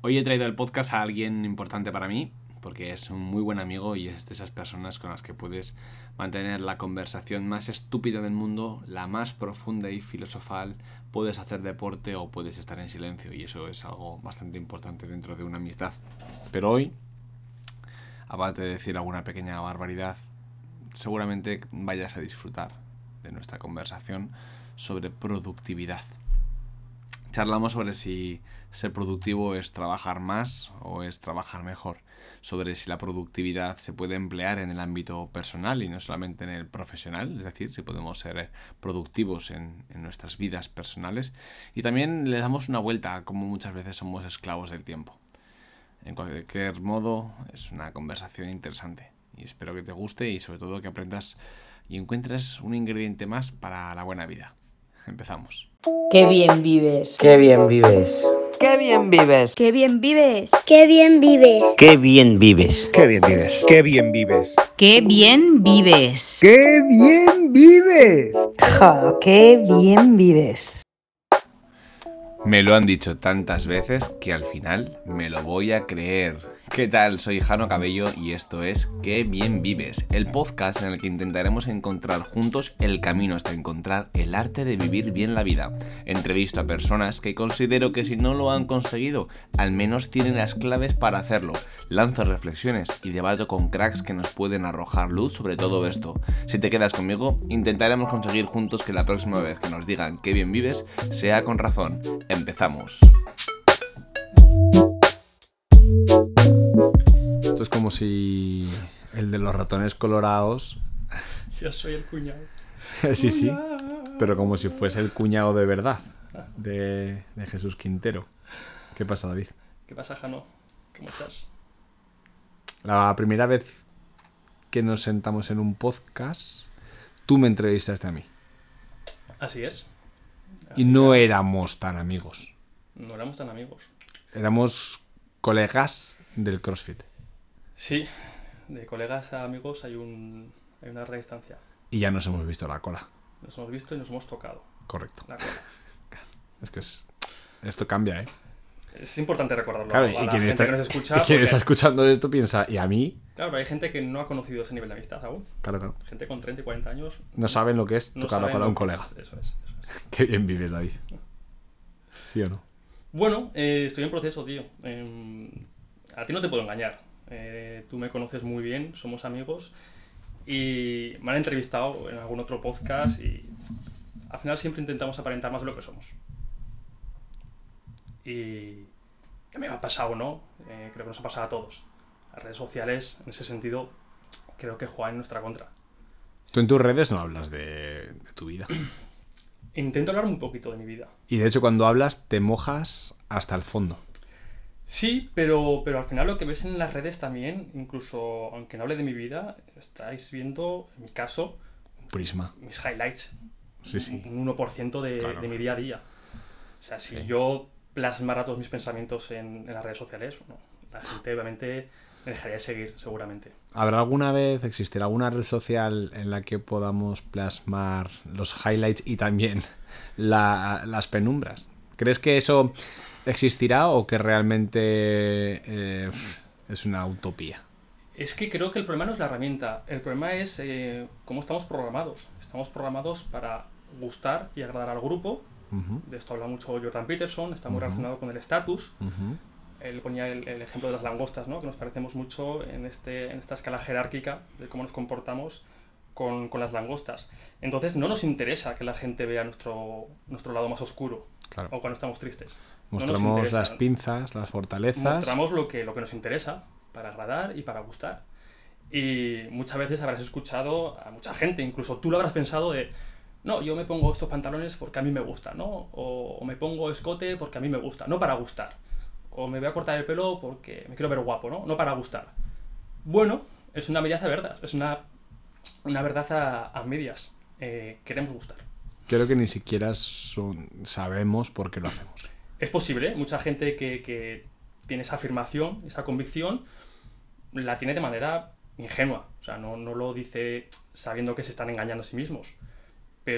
Hoy he traído al podcast a alguien importante para mí, porque es un muy buen amigo y es de esas personas con las que puedes mantener la conversación más estúpida del mundo, la más profunda y filosofal. Puedes hacer deporte o puedes estar en silencio, y eso es algo bastante importante dentro de una amistad. Pero hoy, aparte de decir alguna pequeña barbaridad, seguramente vayas a disfrutar de nuestra conversación sobre productividad. Charlamos sobre si ser productivo es trabajar más o es trabajar mejor, sobre si la productividad se puede emplear en el ámbito personal y no solamente en el profesional, es decir, si podemos ser productivos en nuestras vidas personales, y también le damos una vuelta a cómo muchas veces somos esclavos del tiempo. En cualquier modo, es una conversación interesante y espero que te guste y sobre todo que aprendas y encuentres un ingrediente más para la buena vida. Empezamos. ¡Qué bien vives! ¡Qué bien vives! ¡Qué bien vives! ¡Qué bien vives! ¡Qué bien vives! ¡Qué bien vives! ¡Qué bien vives! ¡Qué bien vives! ¡Qué bien vives! ¡Qué bien vives! ¡Ja! ¡Qué bien vives! Me lo han dicho tantas veces que al final me lo voy a creer. ¿Qué tal? Soy Jano Cabello y esto es Qué bien vives, el podcast en el que intentaremos encontrar juntos el camino hasta encontrar el arte de vivir bien la vida. Entrevisto a personas que considero que si no lo han conseguido, al menos tienen las claves para hacerlo. Lanzo reflexiones y debato con cracks que nos pueden arrojar luz sobre todo esto. Si te quedas conmigo, intentaremos conseguir juntos que la próxima vez que nos digan qué bien vives, sea con razón. Empezamos. Esto es como si el de los ratones colorados... Yo soy el cuñado. Sí, pero como si fuese el cuñado de verdad de Jesús Quintero. ¿Qué pasa, David? ¿Qué pasa, Jano? ¿Cómo estás? La primera vez que nos sentamos en un podcast, tú me entrevistaste a mí. Así es. Y no éramos tan amigos. No éramos tan amigos. Éramos colegas del CrossFit. Sí, de colegas a amigos hay una larga distancia. Y ya nos hemos visto la cola. Nos hemos visto y nos hemos tocado. Correcto. La cola. Es que esto cambia, ¿eh? Es importante recordarlo. Claro, a y la quien gente que nos escucha. quien Porque, está escuchando esto piensa, ¿y a mí? claro, pero hay gente que no ha conocido ese nivel de amistad aún. Claro. Gente con 30 y 40 años. No saben lo que es no tocar la saben cola a lo un que colega. es. Eso es. Qué bien vives, David. ¿Sí o no? Bueno, estoy en proceso, tío. A ti no te puedo engañar. Tú me conoces muy bien, somos amigos. Y me han entrevistado en algún otro podcast y al final siempre intentamos aparentar más de lo que somos. Y a mí me ha pasado, ¿no? Creo que nos ha pasado a todos. Las redes sociales, en ese sentido, creo que juegan en nuestra contra. Tú en tus redes no hablas de tu vida. Intento hablar un poquito de mi vida. Y de hecho cuando hablas te mojas hasta el fondo. Sí, pero al final lo que ves en las redes también, incluso aunque no hable de mi vida, estáis viendo, en mi caso, Un prisma. mis highlights. Sí. Un 1% Claro. de mi día a día. O sea, si Sí. yo plasmara todos mis pensamientos en las redes sociales, bueno, la gente obviamente me dejaría de seguir, seguramente. ¿Existirá alguna red social en la que podamos plasmar los highlights y también las penumbras? ¿Crees que eso existirá o que realmente es una utopía? Es que creo que el problema no es la herramienta, el problema es cómo estamos programados. Estamos programados para gustar y agradar al grupo. Uh-huh. De esto habla mucho Jordan Peterson, está muy relacionado con el estatus. Uh-huh. Él ponía el ejemplo de las langostas, ¿no? Que nos parecemos mucho en esta escala jerárquica de cómo nos comportamos con las langostas. Entonces no nos interesa que la gente vea nuestro lado más oscuro. Claro. O cuando estamos tristes. Mostramos las pinzas, las fortalezas. Mostramos lo que nos interesa para agradar y para gustar. Y muchas veces habrás escuchado a mucha gente, incluso tú lo habrás pensado de no, yo me pongo estos pantalones porque a mí me gusta, ¿no? O me pongo escote porque a mí me gusta, no para gustar. O me voy a cortar el pelo porque me quiero ver guapo, ¿no? No para gustar. Bueno, es una medias a verdad, es una verdad a medias. Queremos gustar. Creo que ni siquiera sabemos por qué lo hacemos. Es posible, ¿eh? Mucha gente que tiene esa afirmación, esa convicción, la tiene de manera ingenua. O sea, no lo dice sabiendo que se están engañando a sí mismos. Pero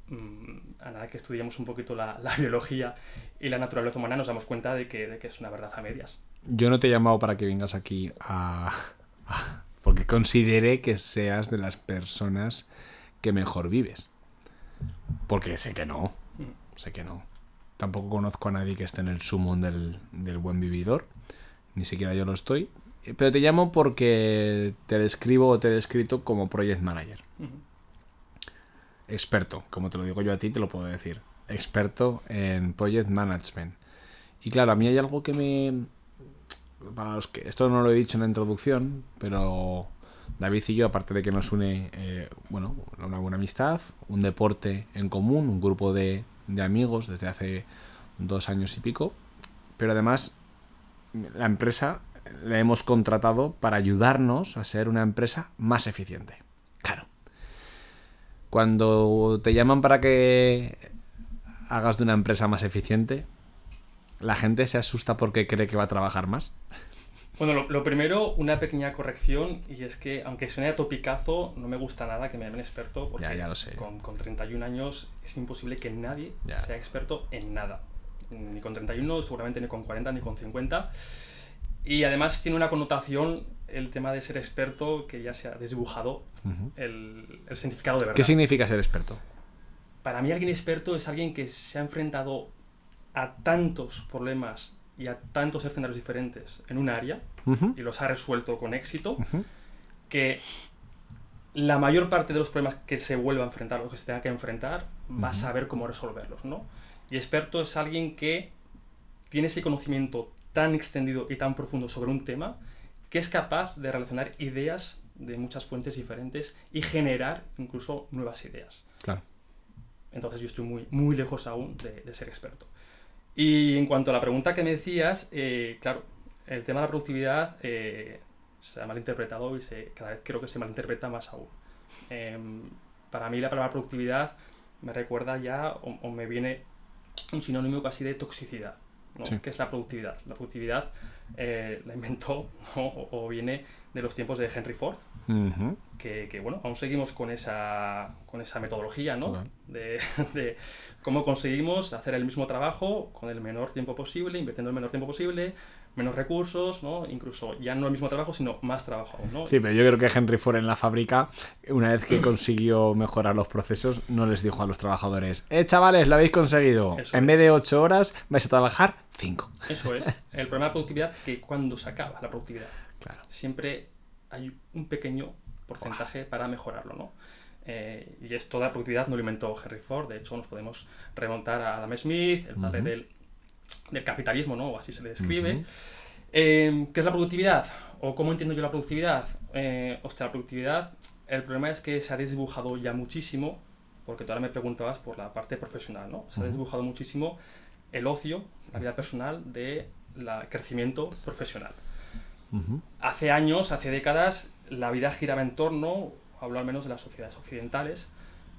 a nada que estudiemos un poquito la biología y la naturaleza humana, nos damos cuenta de que es una verdad a medias. Yo no te he llamado para que vengas aquí porque consideré que seas de las personas que mejor vives. Porque sé que no. Sé que no. Tampoco conozco a nadie que esté en el sumum del buen vividor. Ni siquiera yo lo estoy. Pero te llamo porque te describo o te he descrito como project manager. Experto. Como te lo digo yo a ti, te lo puedo decir. Experto en project management. Y claro, a mí hay algo que me... Para los que... Esto no lo he dicho en la introducción, pero David y yo, aparte de que nos une una buena amistad, un deporte en común, un grupo de amigos desde hace 2 años y pico, pero además la empresa la hemos contratado para ayudarnos a ser una empresa más eficiente. Claro. Cuando te llaman para que hagas de una empresa más eficiente, la gente se asusta porque cree que va a trabajar más. Bueno, lo primero, una pequeña corrección, y es que, aunque suene a topicazo, no me gusta nada que me llamen experto, porque ya lo sé. Con 31 años es imposible que nadie sea experto en nada. Ni con 31, seguramente ni con 40, ni con 50. Y además tiene una connotación el tema de ser experto que ya se ha desdibujado el significado de verdad. ¿Qué significa ser experto? Para mí alguien experto es alguien que se ha enfrentado a tantos problemas y a tantos escenarios diferentes en un área y los ha resuelto con éxito, que la mayor parte de los problemas que se vuelva a enfrentar o que se tenga que enfrentar va a saber cómo resolverlos, ¿no? Y experto es alguien que tiene ese conocimiento tan extendido y tan profundo sobre un tema que es capaz de relacionar ideas de muchas fuentes diferentes y generar incluso nuevas ideas. Claro. Entonces yo estoy muy, muy lejos aún de ser experto. Y en cuanto a la pregunta que me decías, claro, el tema de la productividad se ha malinterpretado y cada vez creo que se malinterpreta más aún. Para mí la palabra productividad me recuerda ya o me viene un sinónimo casi de toxicidad, ¿no? Sí. ¿Qué es la productividad? La productividad la inventó, ¿no? o viene de los tiempos de Henry Ford, que bueno, aún seguimos con esa metodología, ¿no? De cómo conseguimos hacer el mismo trabajo con el menor tiempo posible, invirtiendo el menor tiempo posible, menos recursos, ¿no? Incluso ya no el mismo trabajo, sino más trabajo aún, ¿no? Sí, pero yo creo que Henry Ford en la fábrica, una vez que consiguió mejorar los procesos, no les dijo a los trabajadores: chavales, lo habéis conseguido. Eso en vez de 8 horas vais a trabajar 5. Eso es. El problema de la productividad es que cuando se acaba la productividad, claro, siempre hay un pequeño porcentaje para mejorarlo, ¿no? Y esto de la productividad no lo inventó Henry Ford. De hecho, nos podemos remontar a Adam Smith, el padre del capitalismo, ¿no? O así se le describe. ¿Qué es la productividad? ¿O cómo entiendo yo la productividad? La productividad, el problema es que se ha desdibujado ya muchísimo, porque tú ahora me preguntabas por la parte profesional, ¿no? Se ha desdibujado muchísimo el ocio, la vida personal, del crecimiento profesional. Hace años, hace décadas, la vida giraba en torno, hablo al menos de las sociedades occidentales,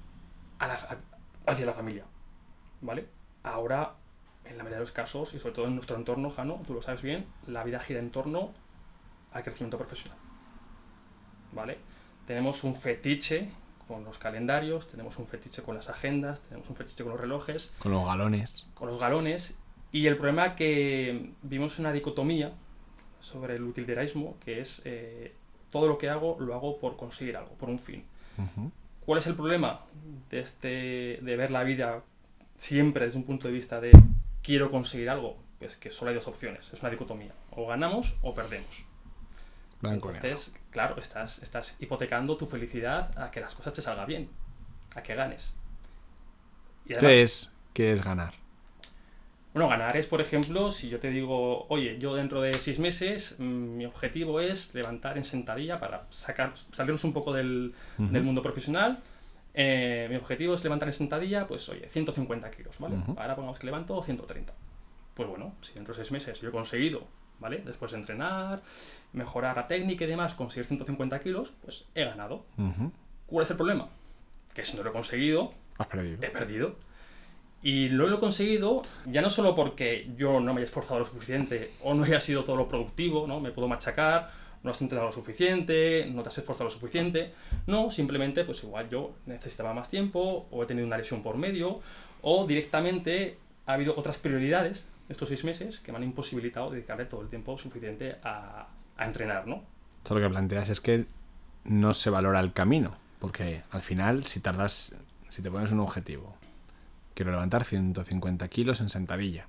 hacia la familia, ¿vale? Ahora, en la mayoría de los casos, y sobre todo en nuestro entorno, Jano, tú lo sabes bien, la vida gira en torno al crecimiento profesional, ¿vale? Tenemos un fetiche con los calendarios, tenemos un fetiche con las agendas, tenemos un fetiche con los relojes, con los galones. Y el problema es que vimos una dicotomía sobre el utilitarismo, que es todo lo que hago, lo hago por conseguir algo, por un fin. ¿Cuál es el problema de ver la vida siempre desde un punto de vista de quiero conseguir algo? Pues que solo hay 2 opciones, es una dicotomía: o ganamos o perdemos. Entonces, claro, estás hipotecando tu felicidad a que las cosas te salgan bien, a que ganes. Y además, ¿Qué es ganar? Bueno, ganar es, por ejemplo, si yo te digo: oye, yo dentro de 6 meses mi objetivo es levantar en sentadilla para salirnos un poco del mundo profesional. Mi objetivo es levantar en sentadilla, pues oye, 150 kilos, ¿vale? Ahora pongamos que levanto 130. Pues bueno, si dentro de 6 meses yo he conseguido, ¿vale? Después de entrenar, mejorar la técnica y demás, conseguir 150 kilos, pues he ganado. ¿Cuál es el problema? Que si no lo he conseguido, he perdido. Y no lo he conseguido ya no solo porque yo no me haya esforzado lo suficiente o no haya sido todo lo productivo, ¿no? Me puedo machacar no has entrenado lo suficiente, no te has esforzado lo suficiente. No, simplemente, pues igual yo necesitaba más tiempo, o he tenido una lesión por medio, o directamente ha habido otras prioridades estos 6 meses que me han imposibilitado dedicarle todo el tiempo suficiente a entrenar, ¿no? Esto lo que planteas es que no se valora el camino, porque al final, si te pones un objetivo, quiero levantar 150 kilos en sentadilla.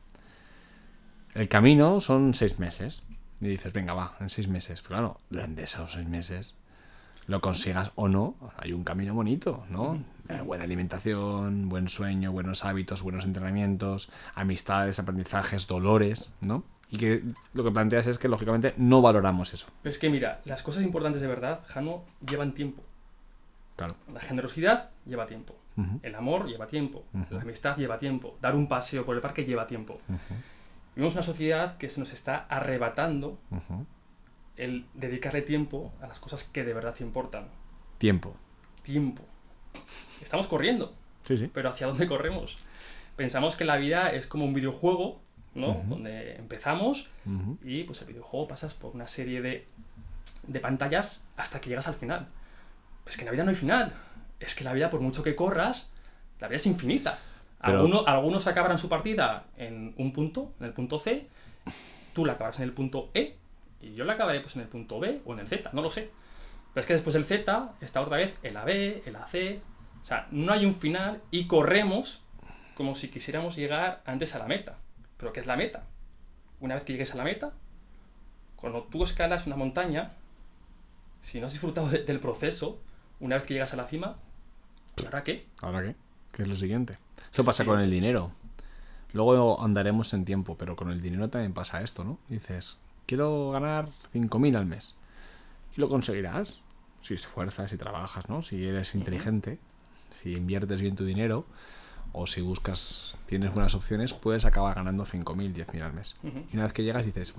El camino son 6 meses. Y dices, venga, va, en 6 meses. Pero claro, durante esos 6 meses, lo consigas o no, hay un camino bonito, ¿no? Buena alimentación, buen sueño, buenos hábitos, buenos entrenamientos, amistades, aprendizajes, dolores, ¿no? Y que lo que planteas es que, lógicamente, no valoramos eso. Pero es que mira, las cosas importantes de verdad, Jano, llevan tiempo. Claro. La generosidad lleva tiempo. Uh-huh. El amor lleva tiempo. Uh-huh. La amistad lleva tiempo. Dar un paseo por el parque lleva tiempo. Uh-huh. Vivimos una sociedad que se nos está arrebatando Uh-huh. el dedicarle tiempo a las cosas que de verdad importan. Tiempo. Tiempo. Estamos corriendo, Sí, sí. pero ¿hacia dónde corremos? Pensamos que la vida es como un videojuego, ¿no? Uh-huh. Donde empezamos Uh-huh. y pues el videojuego pasas por una serie de pantallas hasta que llegas al final. Pero es que en la vida no hay final. Es que la vida, por mucho que corras, la vida es infinita. Pero... Algunos acabarán su partida en un punto, en el punto C, tú la acabarás en el punto E, y yo la acabaré pues en el punto B o en el Z, no lo sé. Pero es que después del Z está otra vez el AB, el AC, o sea, no hay un final y corremos como si quisiéramos llegar antes a la meta. ¿Pero qué es la meta? Una vez que llegues a la meta, cuando tú escalas una montaña, si no has disfrutado del proceso, una vez que llegas a la cima, ¿y ahora qué? ¿Ahora qué? ¿Qué es lo siguiente? Eso pasa con el dinero. Luego andaremos en tiempo, pero con el dinero también pasa esto, ¿no? Dices, quiero ganar 5.000 al mes. Y lo conseguirás si esfuerzas y trabajas, ¿no? Si eres inteligente, si inviertes bien tu dinero, o si tienes buenas opciones, puedes acabar ganando 5.000, 10.000 al mes. Uh-huh. Y una vez que llegas dices,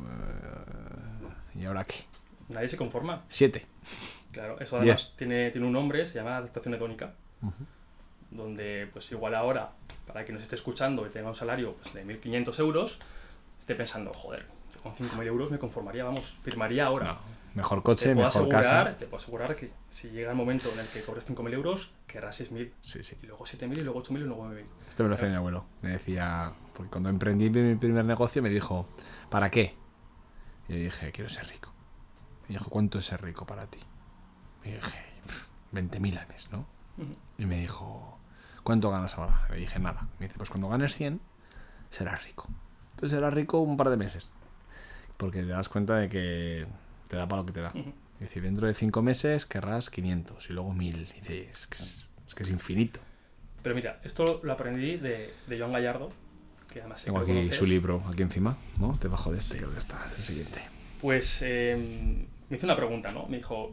¿y ahora qué? Nadie se conforma. 7. Claro, eso además tiene un nombre, se llama adaptación hedónica. Uh-huh. Donde pues igual ahora, para quien nos esté escuchando y tenga un salario pues, de 1.500 euros, esté pensando, joder, yo con 5.000 euros me conformaría, vamos, firmaría ahora. No, mejor coche, mejor casa. Te puedo asegurar que si llega el momento en el que cobres 5.000 euros, querrás 6.000. Sí, sí. Y luego 7.000, y luego 8.000, y luego 9.000. Esto me lo hacía mi abuelo. Me decía, porque cuando emprendí mi primer negocio me dijo, ¿para qué? Y yo dije, quiero ser rico. Y dijo, ¿cuánto es ser rico para ti? Y dije, 20.000 al mes, ¿no? Uh-huh. Y me dijo, ¿cuánto ganas ahora? Le dije, nada. Me dice, pues cuando ganes 100, serás rico. Pero serás rico un par de meses. Porque te das cuenta de que te da para lo que te da. Uh-huh. Es decir, dentro de 5 meses querrás 500 y luego 1.000. Y dices, es que es infinito. Pero mira, esto lo aprendí de Joan Gallardo, que además sé Tengo que lo aquí conoces. su libro, aquí encima, ¿no? Debajo de este, creo que está, es el siguiente. Pues me hizo una pregunta, ¿no? Me dijo,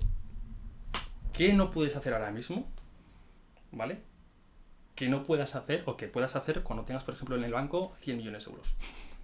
¿qué no puedes hacer ahora mismo? ¿Vale? Que no puedas hacer o que puedas hacer cuando tengas, por ejemplo, en el banco 100 millones de euros.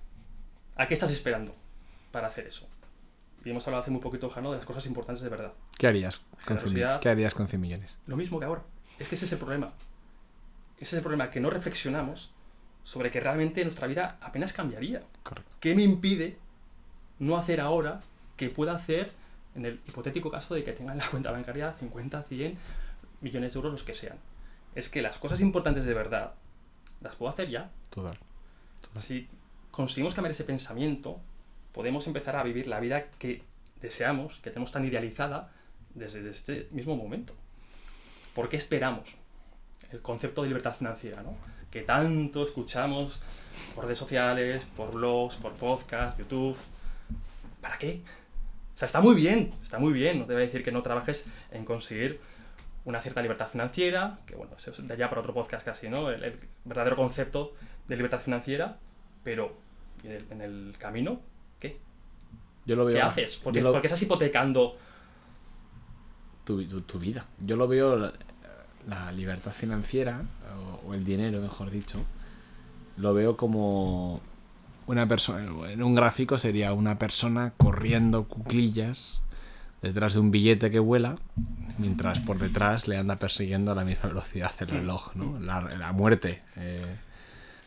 ¿A qué estás esperando para hacer eso? Y hemos hablado hace muy poquito, Jano, de las cosas importantes de verdad. ¿Qué harías con 100 Generosidad. ¿Qué harías con 100 millones? Lo mismo que ahora. Es que ese es el problema. Ese es el problema, que no reflexionamos sobre que realmente nuestra vida apenas cambiaría. Correcto. ¿Qué me impide no hacer ahora que pueda hacer en el hipotético caso de que tenga en la cuenta bancaria 50, 100 millones de euros, los que sean? Es que las cosas importantes de verdad las puedo hacer ya. Total. Si conseguimos cambiar ese pensamiento, podemos empezar a vivir la vida que deseamos, que tenemos tan idealizada desde este mismo momento. ¿Por qué esperamos el concepto de libertad financiera, ¿no? Que tanto escuchamos por redes sociales, por blogs, por podcasts, YouTube? ¿Para qué? O sea, está muy bien, no te voy a decir que no trabajes en conseguir una cierta libertad financiera, que bueno, eso es de allá para otro podcast casi, ¿no? El verdadero concepto de libertad financiera, pero en el camino, ¿qué? Yo lo veo, ¿Qué haces? ¿Por qué estás hipotecando tu vida? Yo lo veo la libertad financiera, o el dinero, mejor dicho, lo veo como una persona, en un gráfico sería una persona corriendo cuclillas detrás de un billete que vuela, mientras por detrás le anda persiguiendo a la misma velocidad el reloj, ¿no? La muerte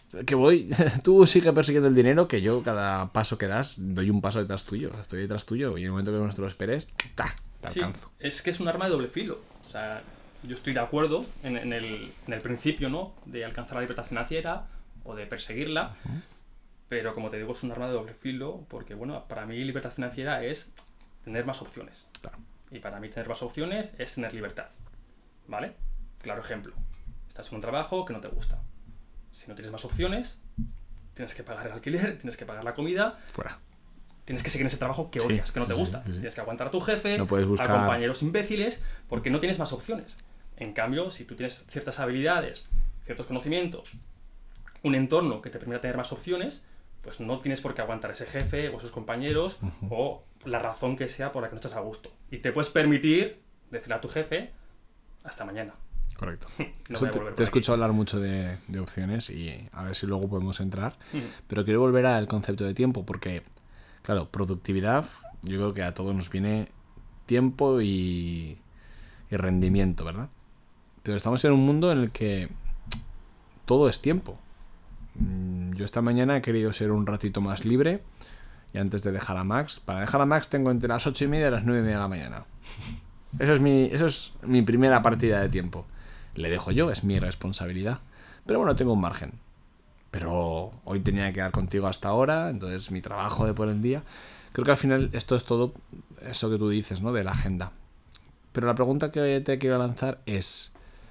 que voy, tú sigue persiguiendo el dinero, que yo cada paso que das doy un paso detrás tuyo, estoy detrás tuyo y en el momento que no te lo esperes, te Sí, alcanzo. es que es un arma de doble filo. O sea, yo estoy de acuerdo en el principio, ¿no? De alcanzar la libertad financiera o de perseguirla, pero como te digo, es un arma de doble filo porque, bueno, para mí libertad financiera es tener más opciones. Claro. Y para mí tener más opciones es tener libertad, ¿vale? Claro ejemplo. Estás en un trabajo que no te gusta. Si no tienes más opciones, tienes que pagar el alquiler, tienes que pagar la comida, Fuera. tienes que seguir en ese trabajo que Sí, odias, que no te sí, gusta. sí, sí. Tienes que aguantar a tu jefe, No puedes buscar- a compañeros imbéciles, porque no tienes más opciones. En cambio, si tú tienes ciertas habilidades, ciertos conocimientos, un entorno que te permita tener más opciones, pues no tienes por qué aguantar a ese jefe o a esos compañeros o la razón que sea por la que no estás a gusto. Y te puedes permitir decirle a tu jefe, hasta mañana. Correcto. No Eso voy a volver te por he aquí. escuchado hablar mucho de opciones y a ver si luego podemos entrar. Ujú. Pero quiero volver al concepto de tiempo porque, claro, productividad, yo creo que a todos nos viene tiempo y rendimiento, ¿verdad? Pero estamos en un mundo en el que todo es tiempo. Yo esta mañana he querido ser un ratito más libre y antes de dejar a Max, para dejar a Max tengo entre las 8:30 y las 9:30 de la mañana. Eso es mi primera partida de tiempo. Le dejo yo, es mi responsabilidad. Pero bueno, tengo un margen. Pero hoy tenía que quedar contigo hasta ahora, entonces mi trabajo de por el día. Creo que al final esto es todo eso que tú dices, ¿no? De la agenda. Pero la pregunta que te quiero lanzar es,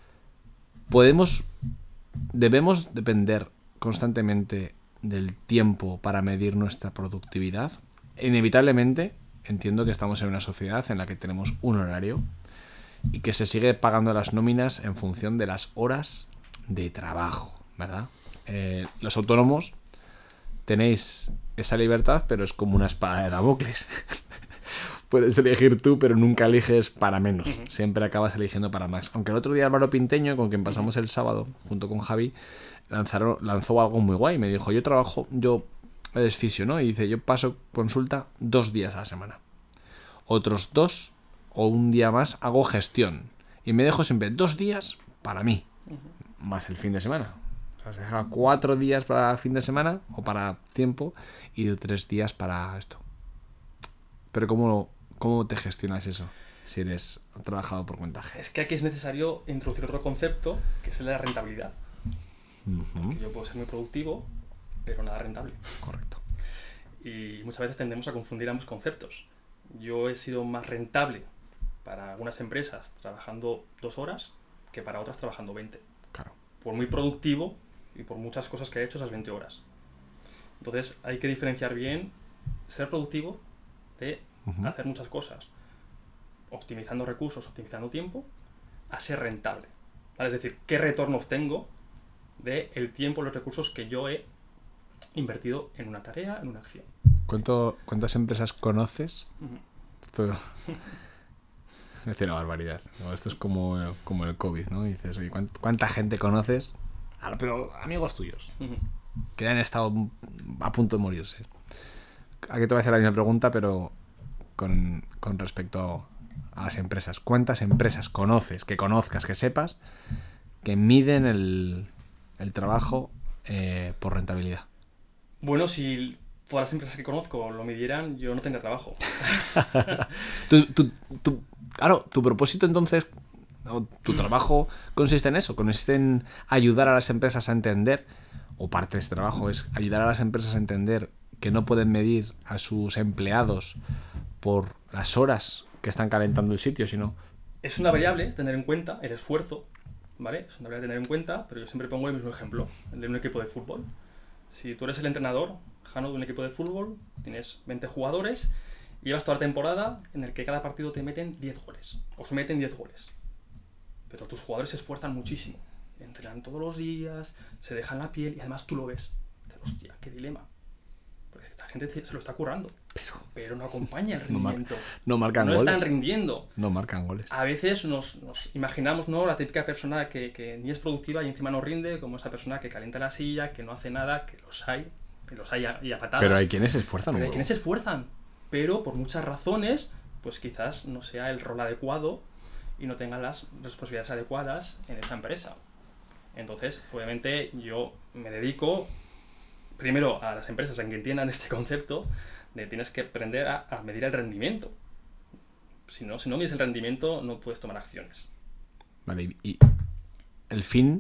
¿debemos depender constantemente del tiempo para medir nuestra productividad? Inevitablemente, entiendo que estamos en una sociedad en la que tenemos un horario y que se sigue pagando las nóminas en función de las horas de trabajo, ¿verdad? Los autónomos tenéis esa libertad, pero es como una espada de Damocles. Puedes elegir tú, pero nunca eliges para menos. Siempre acabas eligiendo para más. Aunque el otro día Álvaro Pinteño, con quien pasamos el sábado, junto con Javi, lanzó algo muy guay. Me dijo, yo es fisio, ¿no? Y dice, yo paso consulta 2 días a la semana. Otros 2 o un día más hago gestión. Y me dejo siempre 2 días para mí. Más el fin de semana. O sea, se deja 4 días para fin de semana o para tiempo y 3 días para esto. Pero ¿cómo te gestionas eso si eres trabajador por cuenta ajena? Es que aquí es necesario introducir otro concepto, que es el de la rentabilidad. Ujú. Que yo puedo ser muy productivo, pero nada rentable. Correcto. Y muchas veces tendemos a confundir ambos conceptos. Yo he sido más rentable para algunas empresas trabajando 2 horas que para otras trabajando 20. Claro. Por muy productivo y por muchas cosas que he hecho esas 20 horas. Entonces hay que diferenciar bien ser productivo de hacer muchas cosas, optimizando recursos, optimizando tiempo, a ser rentable. ¿Vale? Es decir, ¿qué retorno obtengo del tiempo, los recursos que yo he invertido en una tarea, en una acción? ¿Cuántas empresas conoces? Ujú. Esto me hace una barbaridad. No, esto es como el COVID, ¿no? Y dices, oye, ¿cuánta gente conoces? Pero amigos tuyos, Ujú. que han estado a punto de morirse. Aquí te voy a hacer la misma pregunta, pero con respecto a las empresas. ¿Cuántas empresas conoces, que conozcas, que sepas, que miden el trabajo por rentabilidad? Bueno, si todas las empresas que conozco lo midieran, yo no tendría trabajo. Claro, tu propósito entonces, o tu trabajo consiste en eso, consiste en ayudar a las empresas a entender, o parte de este trabajo es ayudar a las empresas a entender que no pueden medir a sus empleados por las horas que están calentando el sitio, sino... Es una variable tener en cuenta el esfuerzo, ¿vale? Es una variable tener en cuenta, pero yo siempre pongo el mismo ejemplo, el de un equipo de fútbol. Si tú eres el entrenador, Jano, de un equipo de fútbol, tienes 20 jugadores y llevas toda la temporada en el que cada partido te meten 10 goles, o se meten 10 goles. Pero tus jugadores se esfuerzan muchísimo, entrenan todos los días, se dejan la piel y además tú lo ves. Hostia, qué dilema. Porque esta gente se lo está currando, pero no acompaña el rendimiento. No marcan no goles. están rindiendo. No marcan goles. A veces nos imaginamos, ¿no?, la típica persona que ni es productiva y encima no rinde, como esa persona que calienta la silla, que no hace nada, que los hay y a patadas. Pero hay quienes se esfuerzan. Pero hay quienes se esfuerzan, pero por muchas razones, pues quizás no sea el rol adecuado y no tengan las responsabilidades adecuadas en esa empresa. Entonces, obviamente, yo me dedico primero a las empresas en que entiendan este concepto de tienes que aprender a medir el rendimiento. Si no mides el rendimiento, no puedes tomar acciones. Vale, y el fin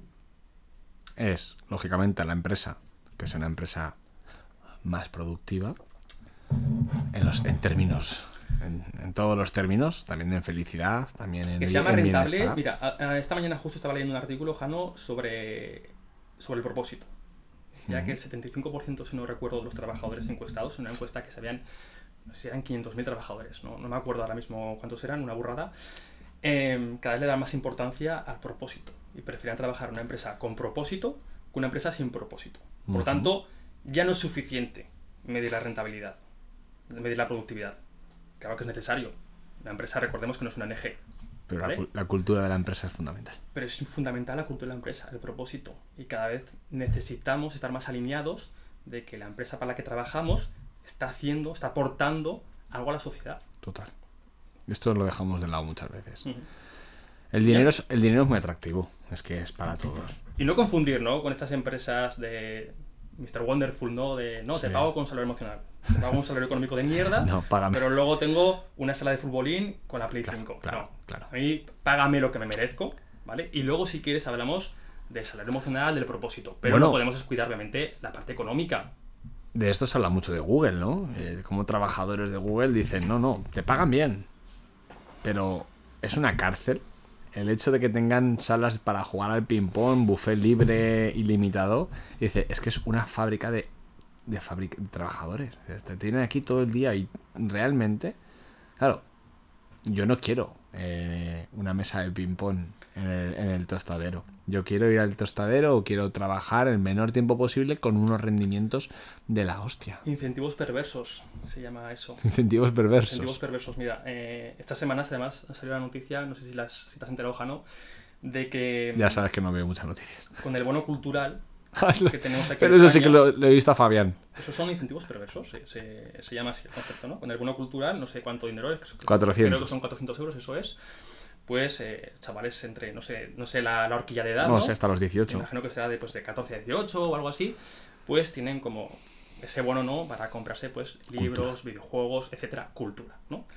es, lógicamente, a la empresa, que sea una empresa más productiva, en términos, en todos los términos, también en felicidad, también en que sea más rentable. bienestar. Mira, esta mañana justo estaba leyendo un artículo, Jano, sobre el propósito. Ya que el 75%, si no recuerdo, de los trabajadores encuestados, en una encuesta que se habían, no sé si eran 500.000 trabajadores, no me acuerdo ahora mismo cuántos eran, una burrada, cada vez le dan más importancia al propósito y prefieren trabajar en una empresa con propósito que una empresa sin propósito. Por tanto, ya no es suficiente medir la rentabilidad, medir la productividad. Claro que es necesario. La empresa, recordemos que no es una ONG. Pero ¿vale? la cultura de la empresa es fundamental. Pero es fundamental la cultura de la empresa, el propósito. Y cada vez necesitamos estar más alineados de que la empresa para la que trabajamos está aportando algo a la sociedad. Total. Esto lo dejamos de lado muchas veces. Uh-huh. El dinero es muy atractivo. Es que es para todos. Y no confundir, ¿no? Con estas empresas de Mr. Wonderful, ¿no? Te pago con salario emocional. Te pago un salario económico de mierda, No, págame. pero luego tengo una sala de futbolín con la Play 5. Claro. A mí, págame lo que me merezco, ¿vale? Y luego, si quieres, hablamos del salario emocional, del propósito. Pero Bueno, no podemos descuidar, obviamente, la parte económica. De esto se habla mucho de Google, ¿no? Como trabajadores de Google dicen, no, te pagan bien. Pero es una cárcel el hecho de que tengan salas para jugar al ping-pong, buffet libre, ilimitado. Y dice, es que es una fábrica de trabajadores. Te tienen aquí todo el día y realmente, claro, yo no quiero una mesa de ping-pong en el tostadero. Yo quiero ir al tostadero o quiero trabajar el menor tiempo posible con unos rendimientos de la hostia. Incentivos perversos, se llama eso. Incentivos perversos. Incentivos perversos. Mira, estas semanas además ha salido la noticia, no sé si te has enterado, Jano, de que Ya sabes que no veo muchas noticias. con el bono cultural que tenemos aquí Pero en eso sí que España, lo he visto a Fabián. esos son incentivos perversos, se llama así el concepto, ¿no? Con el bono cultural, no sé cuánto dinero es, 400. creo que son 400 euros, eso es. Pues chavales entre, no sé la horquilla de edad, No ¿no? sé, hasta los Me 18. imagino que será de 14 a 18 o algo así, pues tienen como ese bono, ¿no? Para comprarse pues libros, videojuegos, etcétera, cultura, ¿no?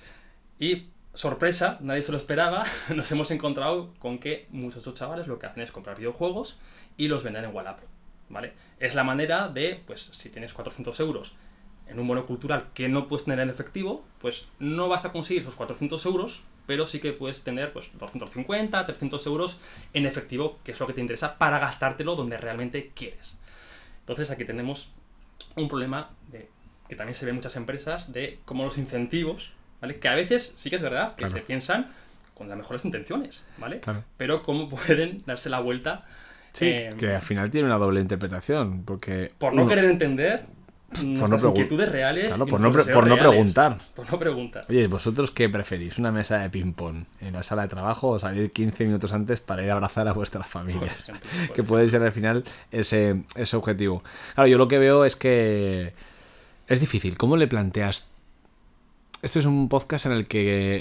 Y sorpresa, nadie se lo esperaba, nos hemos encontrado con que muchos de estos chavales lo que hacen es comprar videojuegos y los venden en Wallapop, ¿vale? Es la manera de, pues si tienes 400 euros en un bono cultural que no puedes tener en efectivo, pues no vas a conseguir esos 400 euros, pero sí que puedes tener pues 250, 300 euros en efectivo, que es lo que te interesa para gastártelo donde realmente quieres. Entonces aquí tenemos un problema que también se ve en muchas empresas de cómo los incentivos, ¿vale? Que a veces sí que es verdad que se piensan con las mejores intenciones, ¿vale? Claro. Pero cómo pueden darse la vuelta. Sí, que al final tiene una doble interpretación, porque... Por no querer entender nuestras no inquietudes reales. Claro, y por nuestros no deseos reales. preguntar. Por no preguntar. Oye, ¿vosotros qué preferís? ¿Una mesa de ping-pong en la sala de trabajo o salir 15 minutos antes para ir a abrazar a vuestras familias? Por ejemplo, Que puede ser al final ese objetivo. Claro, yo lo que veo es que es difícil. ¿Cómo le planteas? Este es un podcast en el que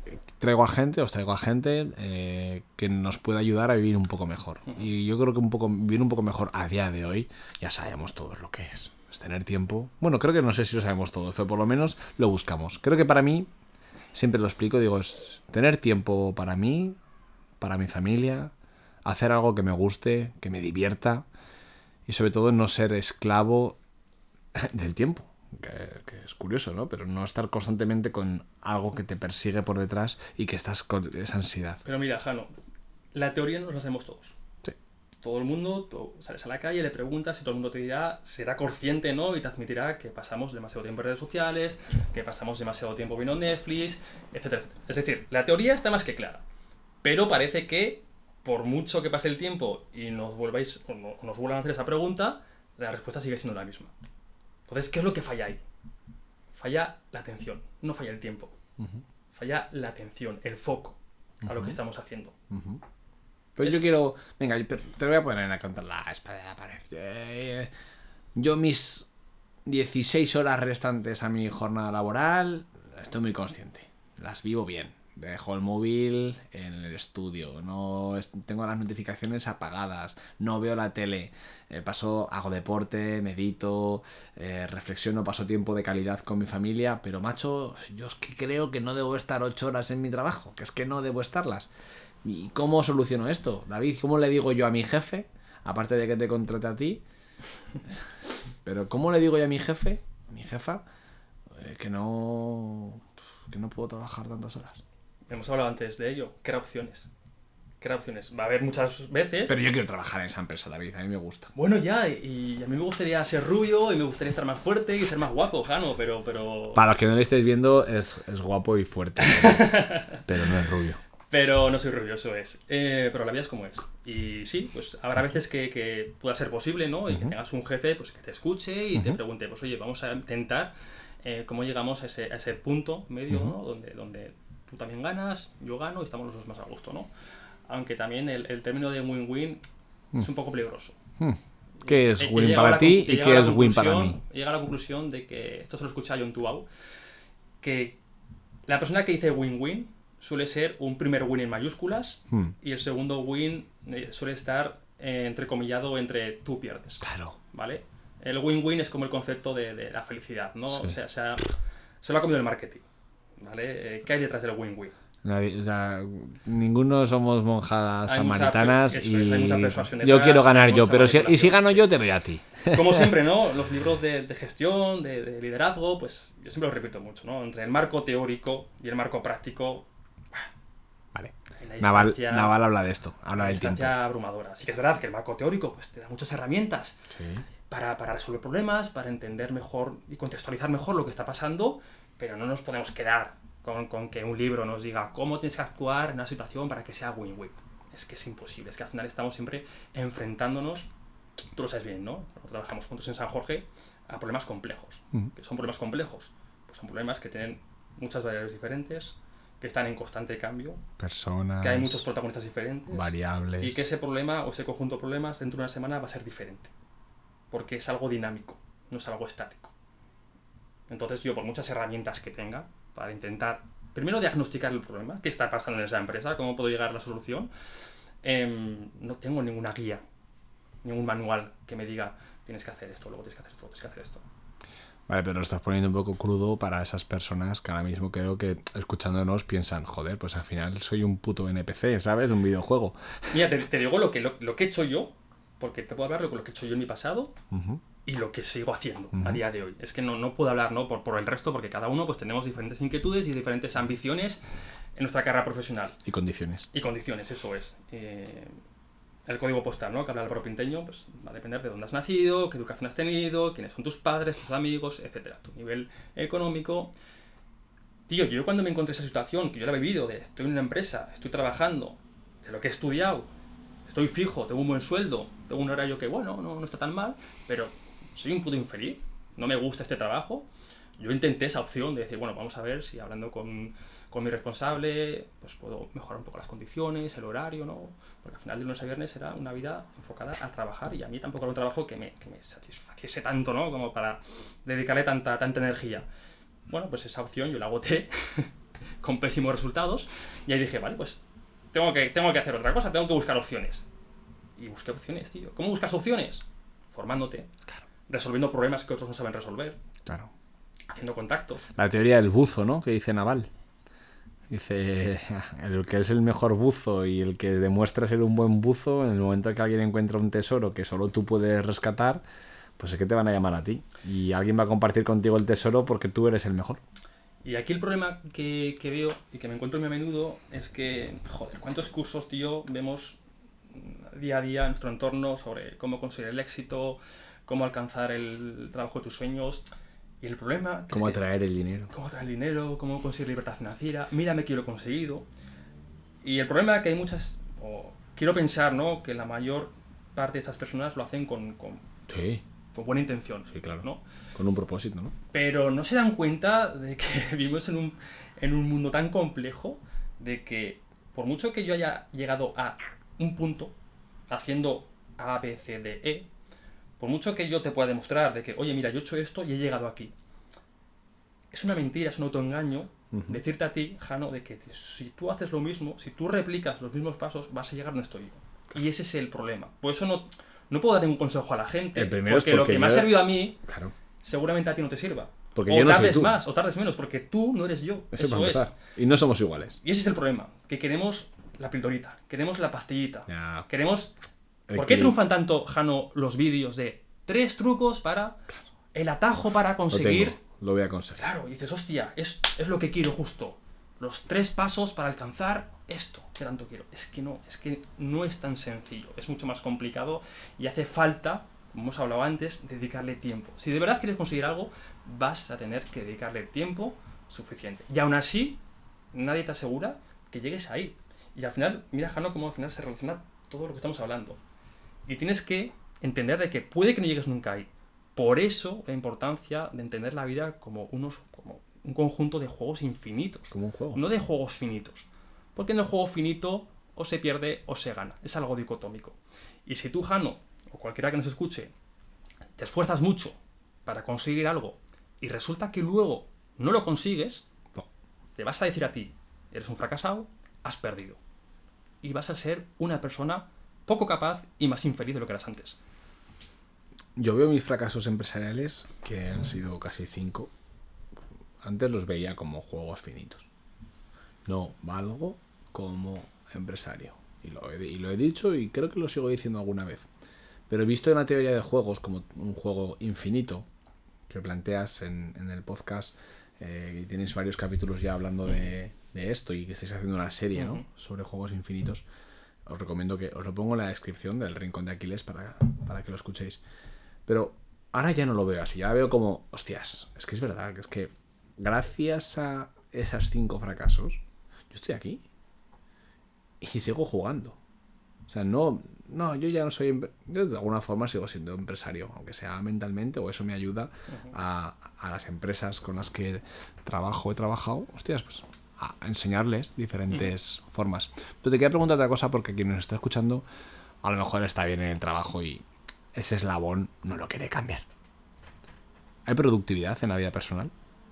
os traigo a gente que nos puede ayudar a vivir un poco mejor. Y yo creo que vivir un poco mejor a día de hoy ya sabemos todos lo que es tener tiempo. Bueno, creo que no sé si lo sabemos todos, pero por lo menos lo buscamos. Creo que para mí, siempre lo explico, digo, es tener tiempo para mí, para mi familia, hacer algo que me guste, que me divierta y sobre todo no ser esclavo del tiempo. Que es curioso, ¿no? Pero no estar constantemente con algo que te persigue por detrás y que estás con esa ansiedad. Pero mira, Jano, la teoría nos la sabemos todos. Sí. Todo el mundo, tú sales a la calle, le preguntas y todo el mundo te dirá, será consciente, ¿no? Y te admitirá que pasamos demasiado tiempo en redes sociales, que pasamos demasiado tiempo viendo Netflix, etcétera, etcétera. Es decir, la teoría está más que clara. Pero parece que, por mucho que pase el tiempo y nos vuelvan a hacer esa pregunta, la respuesta sigue siendo la misma. Entonces, ¿qué es lo que falla ahí? Falla la atención, no falla el tiempo. Falla la atención, el foco a lo que estamos haciendo. Pero yo quiero... Venga, te lo voy a poner a contar la espada de la pared. Yo mis 16 horas restantes a mi jornada laboral estoy muy consciente. Las vivo bien. Dejo el móvil en el estudio, tengo las notificaciones apagadas, no veo la tele, hago deporte, medito, reflexiono, paso tiempo de calidad con mi familia, pero macho, yo es que creo que no debo estar 8 horas en mi trabajo, que es que no debo estarlas. ¿Y cómo soluciono esto, David? ¿Cómo le digo yo a mi jefe, aparte de que te contrate a ti, pero cómo le digo yo a mi jefe, a mi jefa, que no puedo trabajar tantas horas? Hemos hablado antes de ello. Crear opciones. Va a haber muchas veces... Pero yo quiero trabajar en esa empresa, David. A mí me gusta. Bueno, ya. Y a mí me gustaría ser rubio y me gustaría estar más fuerte y ser más guapo, Jano, pero... Para los que no lo estéis viendo, es guapo y fuerte. Pero no es rubio. Pero no soy rubio, eso es. Pero la vida es como es. Y sí, pues habrá veces que pueda ser posible, ¿no? Y que tengas un jefe pues que te escuche y te pregunte, pues oye, vamos a intentar cómo llegamos a ese punto medio, ¿no? Donde tú también ganas, yo gano y estamos los dos más a gusto, ¿no? Aunque también el término de win-win es un poco peligroso. ¿Qué es win para ti y qué es win para mí? Llega a la conclusión de que, esto se lo escucha a John Tuau, que la persona que dice win-win suele ser un primer win en mayúsculas y el segundo win suele estar entrecomillado entre tú pierdes. Claro. ¿Vale? El win-win es como el concepto de la felicidad, ¿no? Sí. O sea, se lo ha comido el marketing, ¿vale? ¿Qué hay detrás del win-win? Ninguno somos monjadas Hay samaritanas hay mucha persuasión yo detrás, quiero ganar hay yo, mucha pero si manipulación. gano yo te doy a ti. Como siempre, ¿no? Los libros de gestión, de liderazgo, pues yo siempre los repito mucho, ¿no? Entre el marco teórico y el marco práctico. Vale. Hay una distancia- Naval habla de esto, habla una del tiempo. distancia abrumadora. Sí que es verdad que el marco teórico pues te da muchas herramientas Sí. para resolver problemas, para entender mejor y contextualizar mejor lo que está pasando, pero no nos podemos quedar con que un libro nos diga cómo tienes que actuar en una situación para que sea win-win. Es que es imposible, es que al final estamos siempre enfrentándonos, tú lo sabes bien, ¿no? Cuando trabajamos juntos en San Jorge, a problemas complejos. ¿Qué son problemas complejos? Pues son problemas que tienen muchas variables diferentes, que están en constante cambio, Personas, que hay muchos protagonistas diferentes, variables. y que ese problema o ese conjunto de problemas dentro de una semana va a ser diferente, porque es algo dinámico, no es algo estático. Entonces yo, por muchas herramientas que tenga para intentar primero diagnosticar el problema, qué está pasando en esa empresa, cómo puedo llegar a la solución, no tengo ninguna guía, ningún manual que me diga tienes que hacer esto, luego tienes que hacer esto, tienes que hacer esto. Vale, pero lo estás poniendo un poco crudo para esas personas que ahora mismo creo que escuchándonos piensan, joder, pues al final soy un puto NPC, ¿sabes? Un videojuego. Mira, te digo lo que he hecho yo, porque te puedo hablar de lo que he hecho yo en mi pasado y lo que sigo haciendo a día de hoy. Es que no puedo hablar, ¿no? por el resto, porque cada uno pues tenemos diferentes inquietudes y diferentes ambiciones en nuestra carrera profesional. Y condiciones. Y condiciones, eso es. El código postal, ¿no? Que habla el propinteño, pues va a depender de dónde has nacido, qué educación has tenido, quiénes son tus padres, tus amigos, etcétera, tu nivel económico. Tío, yo cuando me encontré esa situación, que yo la he vivido, de estoy en una empresa, estoy trabajando, de lo que he estudiado, estoy fijo, tengo un buen sueldo, tengo un horario que, bueno, no está tan mal, pero soy un puto infeliz, no me gusta este trabajo. Yo intenté esa opción de decir, bueno, vamos a ver si hablando con mi responsable, pues puedo mejorar un poco las condiciones, el horario, ¿no? Porque al final de lunes a viernes era una vida enfocada a trabajar y a mí tampoco era un trabajo que me satisfaciese tanto, ¿no? Como para dedicarle tanta energía. Bueno, pues esa opción yo la agoté con pésimos resultados y ahí dije, vale, pues tengo que hacer otra cosa, tengo que buscar opciones. Y busqué opciones, tío. ¿Cómo buscas opciones? Formándote, Claro. Resolviendo problemas que otros no saben resolver, Claro. haciendo contactos. La teoría del buzo, ¿no? Que dice Naval. Dice, el que es el mejor buzo y el que demuestra ser un buen buzo, en el momento en que alguien encuentra un tesoro que solo tú puedes rescatar, pues es que te van a llamar a ti. Y alguien va a compartir contigo el tesoro porque tú eres el mejor. Y aquí el problema que veo y que me encuentro muy a menudo es que, joder, ¿cuántos cursos, tío, vemos día a día en nuestro entorno sobre cómo conseguir el éxito, cómo alcanzar el trabajo de tus sueños? Y el problema... que Cómo es que- atraer el dinero. cómo traer dinero, cómo conseguir libertad financiera, mírame que yo lo he conseguido. Y el problema es que hay muchas, o quiero pensar, ¿no?, que la mayor parte de estas personas lo hacen con Sí, buena intención, sí, claro. ¿no? Con un propósito, ¿no? Pero no se dan cuenta de que vivimos en un mundo tan complejo de que por mucho que yo haya llegado a un punto haciendo A, B, C, D, E, por mucho que yo te pueda demostrar de que, oye, mira, yo he hecho esto y he llegado aquí, es una mentira, es un autoengaño, Decirte a ti, Jano, de que si tú haces lo mismo, si tú replicas los mismos pasos, vas a llegar donde estoy yo. Y ese es el problema. Por eso no puedo dar ningún consejo a la gente. El primero es porque lo que me ha servido a mí, Claro. seguramente a ti no te sirva. Porque o yo no soy tardes tú. más, o tardes menos, porque tú no eres yo. Eso Eso para es. empezar. Y no somos iguales. Y ese es el problema. Que queremos la pildorita, queremos la pastillita. Ya. Queremos... El ¿Por qué clic. triunfan tanto, Jano, los vídeos de 3 trucos para... El atajo para Lo conseguir... tengo. Lo voy a conseguir. Claro, y dices, hostia, es lo que quiero justo. Los 3 pasos para alcanzar esto que tanto quiero. Es que no es tan sencillo. Es mucho más complicado y hace falta, como hemos hablado antes, dedicarle tiempo. Si de verdad quieres conseguir algo, vas a tener que dedicarle tiempo suficiente. Y aún así, nadie te asegura que llegues ahí. Y al final, mira, Jano, cómo al final se relaciona todo lo que estamos hablando. Y tienes que entender de que puede que no llegues nunca ahí. Por eso la importancia de entender la vida como un conjunto de juegos infinitos. Como un juego. No de juegos finitos. Porque en el juego finito o se pierde o se gana. Es algo dicotómico. Y si tú, Jano, o cualquiera que nos escuche, te esfuerzas mucho para conseguir algo y resulta que luego no lo consigues, te vas a decir a ti, eres un fracasado, has perdido. Y vas a ser una persona poco capaz y más infeliz de lo que eras antes. Yo veo mis fracasos empresariales, que han sido casi 5. Antes los veía como juegos finitos. No valgo como empresario. Y lo he dicho y creo que lo sigo diciendo alguna vez. Pero he visto una teoría de juegos como un juego infinito, que planteas en el podcast, y tenéis varios capítulos ya hablando de esto y que estáis haciendo una serie, ¿no?, sobre juegos infinitos. Os recomiendo que os lo pongo en la descripción del Rincón de Aquiles para que lo escuchéis. Pero ahora ya no lo veo así. Ya veo como, hostias, es que es verdad, que es que gracias a esos 5 fracasos, yo estoy aquí y sigo jugando. O sea, no, yo ya no soy... Yo de alguna forma sigo siendo empresario, aunque sea mentalmente, o eso me ayuda a las empresas con las que he trabajado, hostias, pues a enseñarles diferentes formas. Pero te quería preguntar otra cosa, porque quien nos está escuchando a lo mejor está bien en el trabajo y ese eslabón no lo quiere cambiar. ¿Hay productividad en la vida personal?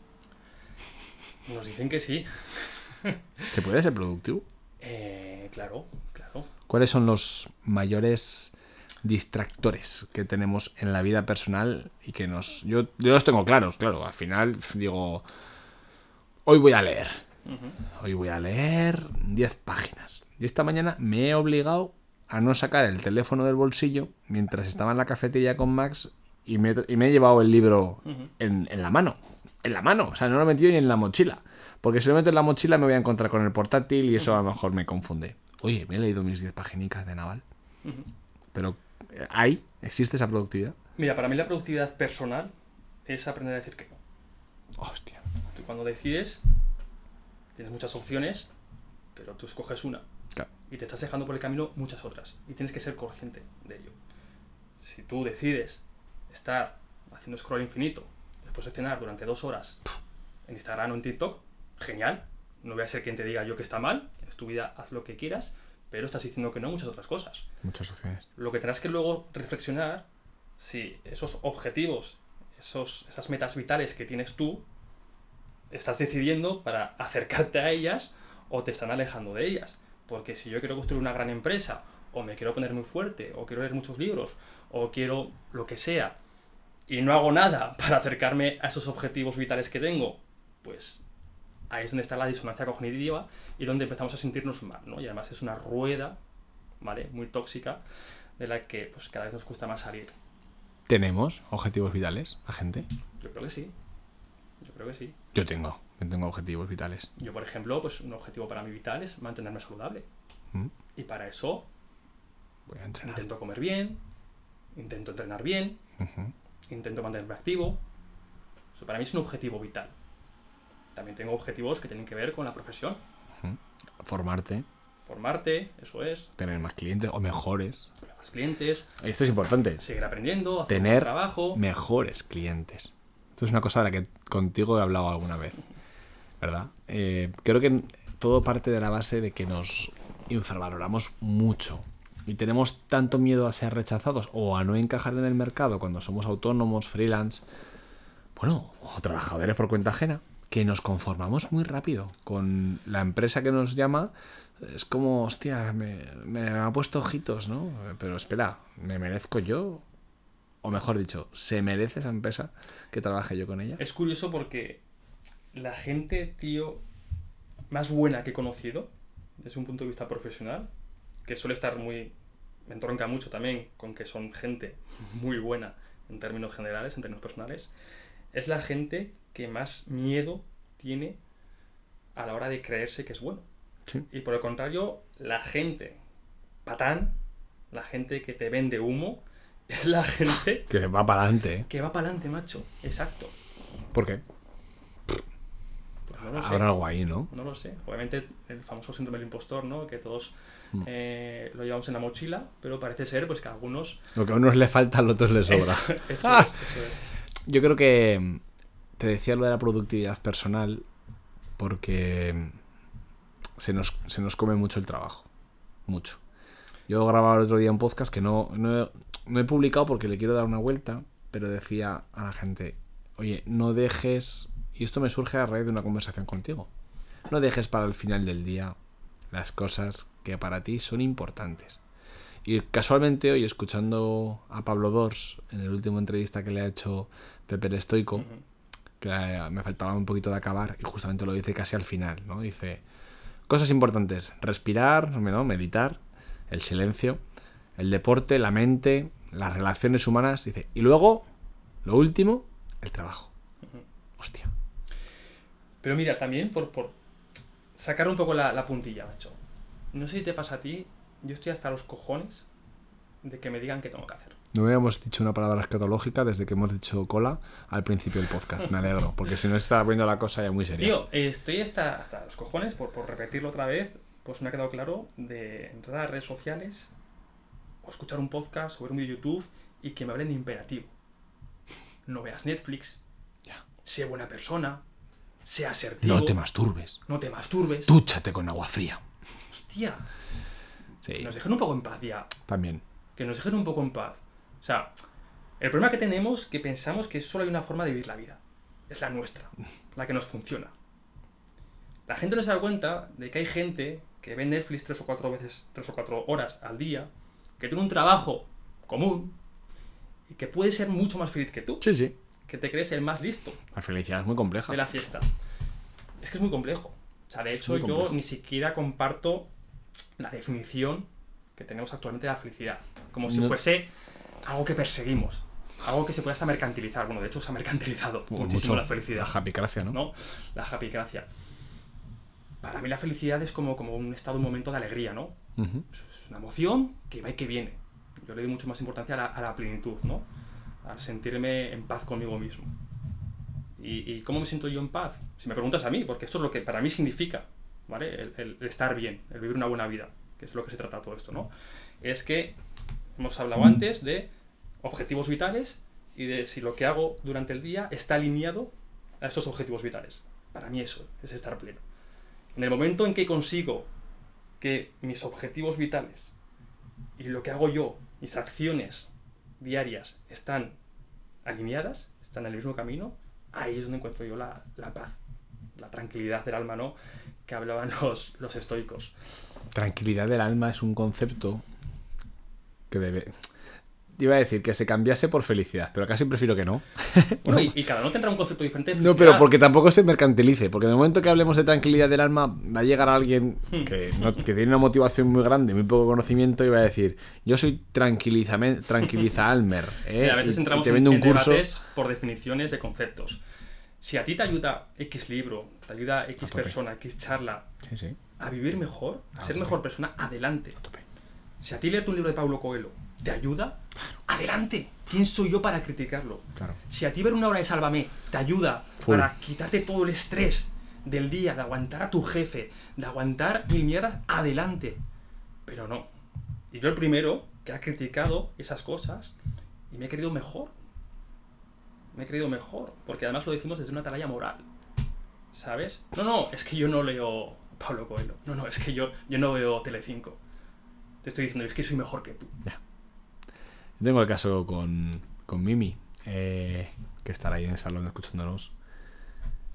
Nos dicen que sí. ¿Se puede ser productivo? Claro. ¿Cuáles son los mayores distractores que tenemos en la vida personal y que yo los tengo claros, claro. Al final digo, hoy voy a leer. Hoy voy a leer 10 páginas. Y esta mañana me he obligado a no sacar el teléfono del bolsillo mientras estaba en la cafetería con Max y me he llevado el libro en la mano. En la mano, o sea, no lo he metido ni en la mochila. Porque si lo meto en la mochila me voy a encontrar con el portátil y eso a lo mejor me confunde. Oye, me he leído mis 10 paginicas de Naval. Pero, ¿existe esa productividad? Mira, para mí la productividad personal es aprender a decir que no. Hostia. Tú cuando decides, tienes muchas opciones, pero tú escoges una. Claro. Y te estás dejando por el camino muchas otras. Y tienes que ser consciente de ello. Si tú decides estar haciendo scroll infinito después de cenar durante 2 horas en Instagram o en TikTok, genial. No voy a ser quien te diga yo que está mal. Es tu vida, haz lo que quieras. Pero estás diciendo que no a muchas otras cosas. Muchas opciones. Lo que tendrás que luego reflexionar si esos objetivos, esas metas vitales que tienes tú, estás decidiendo para acercarte a ellas o te están alejando de ellas. Porque si yo quiero construir una gran empresa, o me quiero poner muy fuerte, o quiero leer muchos libros, o quiero lo que sea, y no hago nada para acercarme a esos objetivos vitales que tengo, pues ahí es donde está la disonancia cognitiva y donde empezamos a sentirnos mal, ¿no? Y además es una rueda, ¿vale?, muy tóxica, de la que pues cada vez nos cuesta más salir. ¿Tenemos objetivos vitales, la gente? Yo creo que sí. Yo tengo objetivos vitales. Yo, por ejemplo, pues un objetivo para mí vital es mantenerme saludable. Y para eso Voy a entrenar. intento comer bien, intento entrenar bien, intento mantenerme activo. Eso para mí es un objetivo vital. También tengo objetivos que tienen que ver con la profesión. Formarte, Eso es. tener más clientes o mejores. Más clientes, Esto es importante. seguir aprendiendo, hacer Tener un trabajo. mejores clientes. Esto es una cosa de la que contigo he hablado alguna vez, ¿verdad? Creo que todo parte de la base de que nos infravaloramos mucho y tenemos tanto miedo a ser rechazados o a no encajar en el mercado cuando somos autónomos, freelance, bueno, o trabajadores por cuenta ajena, que nos conformamos muy rápido con la empresa que nos llama. Es como, hostia, me ha puesto ojitos, ¿no? Pero espera, ¿me merezco yo? O mejor dicho, ¿se merece esa empresa que trabaje yo con ella? Es curioso porque la gente, tío, más buena que he conocido, desde un punto de vista profesional, que suele estar me entronca mucho también con que son gente muy buena en términos generales, en términos personales, es la gente que más miedo tiene a la hora de creerse que es bueno. Sí. Y por el contrario, la gente patán, la gente que te vende humo, es la gente Que va para adelante, ¿eh? que va para adelante, macho. Exacto. ¿Por qué? Pues no lo sé. Habrá algo ahí, ¿no? No lo sé. Obviamente el famoso síndrome del impostor, ¿no? Que todos lo llevamos en la mochila, pero parece ser pues que a algunos... Lo que a unos le falta, a los otros les sobra. Eso es. Yo creo que te decía lo de la productividad personal porque se nos come mucho el trabajo. Mucho. Yo grababa el otro día un podcast que no he publicado porque le quiero dar una vuelta, pero decía a la gente, oye, no dejes, y esto me surge a raíz de una conversación contigo, no dejes para el final del día las cosas que para ti son importantes. Y casualmente hoy, escuchando a Pablo Dors en el último entrevista que le ha hecho Pepe el Estoico, que me faltaba un poquito de acabar, y justamente lo dice casi al final, ¿no? Dice, cosas importantes, respirar, ¿no? Meditar, el silencio, el deporte, la mente, las relaciones humanas, dice, y luego, lo último, el trabajo. Hostia. Pero mira, también por sacar un poco la puntilla, macho. No sé si te pasa a ti, yo estoy hasta los cojones de que me digan qué tengo que hacer. No habíamos dicho una palabra escatológica desde que hemos dicho cola al principio del podcast. Me alegro, porque si no se está poniendo la cosa ya muy seria. Tío, estoy hasta los cojones, por repetirlo otra vez, pues me ha quedado claro de entrar a redes sociales o escuchar un podcast o ver un vídeo de YouTube y que me hablen de imperativo. No veas Netflix, Ya. sé buena persona, sé asertivo. No te masturbes. No te masturbes. Dúchate con agua fría. Hostia. Sí, Que nos dejen un poco en paz ya. también. Que nos dejen un poco en paz. O sea, el problema que tenemos es que pensamos que solo hay una forma de vivir la vida. Es la nuestra, la que nos funciona. La gente no se da cuenta de que hay gente que ve Netflix 3 o 4 horas al día, que tiene un trabajo común y que puede ser mucho más feliz que tú, Sí, sí. que te crees el más listo La felicidad es muy compleja. de la fiesta. Es que es muy complejo. O sea, de hecho, muy yo complejo. ni siquiera comparto la definición que tenemos actualmente de la felicidad. Como si No. fuese algo que perseguimos. Algo que se puede hasta mercantilizar. Bueno, de hecho, se ha mercantilizado muchísimo la felicidad. La happycracia, ¿no? ¿No? La happycracia. Para mí la felicidad es como un estado, un momento de alegría, ¿no? Ujú. Es una emoción que va y que viene. Yo le doy mucho más importancia a la plenitud, ¿no? A sentirme en paz conmigo mismo. ¿Y cómo me siento yo en paz? Si me preguntas a mí, porque esto es lo que para mí significa, ¿vale? El estar bien, el vivir una buena vida, que es lo que se trata todo esto, ¿no? Es que hemos hablado antes de objetivos vitales y de si lo que hago durante el día está alineado a esos objetivos vitales. Para mí eso es estar pleno. En el momento en que consigo que mis objetivos vitales y lo que hago yo, mis acciones diarias están alineadas, están en el mismo camino, ahí es donde encuentro yo la paz, la tranquilidad del alma, ¿no? Que hablaban los estoicos. Tranquilidad del alma es un concepto que debe... Iba a decir que se cambiase por felicidad, pero casi prefiero que no. Bueno, y cada uno tendrá un concepto diferente de No, felicidad. pero porque tampoco se mercantilice. Porque en el momento que hablemos de tranquilidad del alma, va a llegar alguien que tiene una motivación muy grande, muy poco conocimiento, y va a decir, yo soy tranquiliza Almer. Mira, a veces y entramos te vendo en un curso. debates por definiciones de conceptos. Si a ti te ayuda X libro, te ayuda X tope. persona, X charla Sí, sí. a vivir mejor, a ser tope. mejor persona, adelante. A tope. Si a ti leerte un libro de Paulo Coelho te ayuda, adelante. ¿Quién soy yo para criticarlo? Claro. Si a ti ver una obra de Sálvame te ayuda Full. para quitarte todo el estrés del día, de aguantar a tu jefe, de aguantar mil mierdas, adelante. Pero no. Y yo el primero que ha criticado esas cosas y me he querido mejor. Me he querido mejor. Porque además lo decimos desde una atalaya moral. ¿Sabes? No, es que yo no leo Paulo Coelho. No, es que yo no veo Telecinco. Te estoy diciendo, es que soy mejor que tú. Yo tengo el caso con Mimi, que estará ahí en el salón escuchándonos.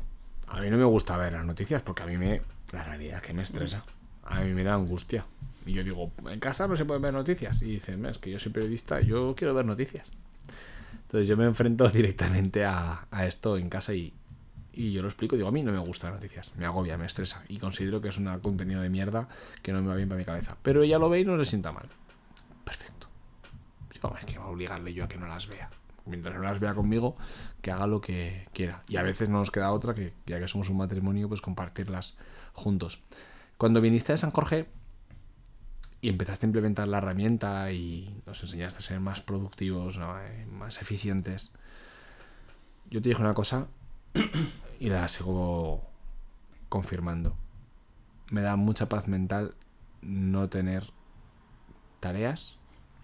A mí no me gusta ver las noticias porque la realidad es que me estresa. A mí me da angustia. Y yo digo, en casa no se pueden ver noticias. Y dicen, es que yo soy periodista, yo quiero ver noticias. Entonces yo me enfrento directamente a esto en casa y yo lo explico. Digo, a mí no me gustan las noticias, me agobia, me estresa. Y considero que es un contenido de mierda que no me va bien para mi cabeza. Pero ella lo ve y no le sienta mal. Perfecto. Yo es que voy a obligarle yo a que no las vea. Mientras no las vea conmigo, que haga lo que quiera. Y a veces no nos queda otra que, ya que somos un matrimonio, pues compartirlas juntos. Cuando viniste de San Jorge y empezaste a implementar la herramienta y nos enseñaste a ser más productivos, ¿no? Más eficientes, yo te dije una cosa y la sigo confirmando. Me da mucha paz mental no tener tareas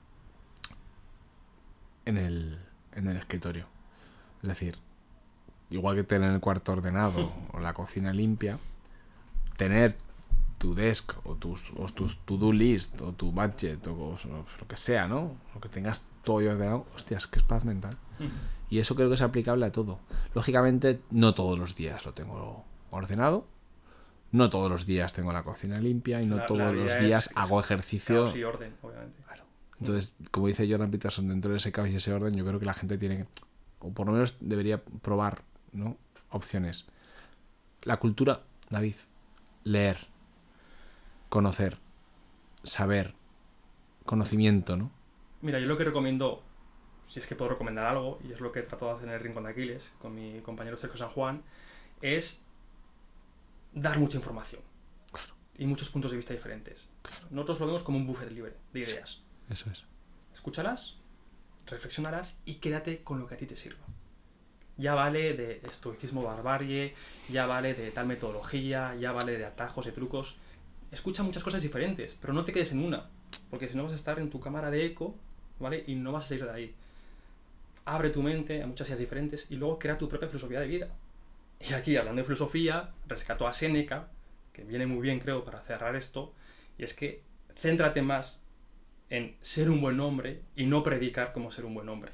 en el escritorio. Es decir, igual que tener el cuarto ordenado o la cocina limpia, tener tu desk o tus to-do list o tu budget o lo que sea, ¿no? Lo que tengas todo ordenado, hostias, que es paz mental. Y eso creo que es aplicable a todo. Lógicamente, no todos los días lo tengo ordenado, no todos los días tengo la cocina limpia y no todos los días hago ejercicio. Caos y orden, obviamente. Claro. Entonces, como dice Jordan Peterson, dentro de ese caos y ese orden, yo creo que la gente tiene que, o por lo menos debería probar, ¿no? Opciones. La cultura, David, leer, conocer, saber, conocimiento, ¿no? Mira, yo lo que recomiendo, si es que puedo recomendar algo, y es lo que he tratado de hacer en el Rincón de Aquiles con mi compañero Sergio San Juan, es dar mucha información. Claro. Y muchos puntos de vista diferentes. Claro. Nosotros lo vemos como un buffet libre de ideas. Eso es. Escúchalas, reflexionarás y quédate con lo que a ti te sirva. Ya vale de estoicismo barbarie, ya vale de tal metodología, ya vale de atajos y trucos. Escucha muchas cosas diferentes, pero no te quedes en una, porque si no vas a estar en tu cámara de eco, ¿vale? Y no vas a salir de ahí. Abre tu mente a muchas ideas diferentes y luego crea tu propia filosofía de vida. Y aquí, hablando de filosofía, rescato a Séneca, que viene muy bien, creo, para cerrar esto, y es que céntrate más en ser un buen hombre y no predicar como ser un buen hombre.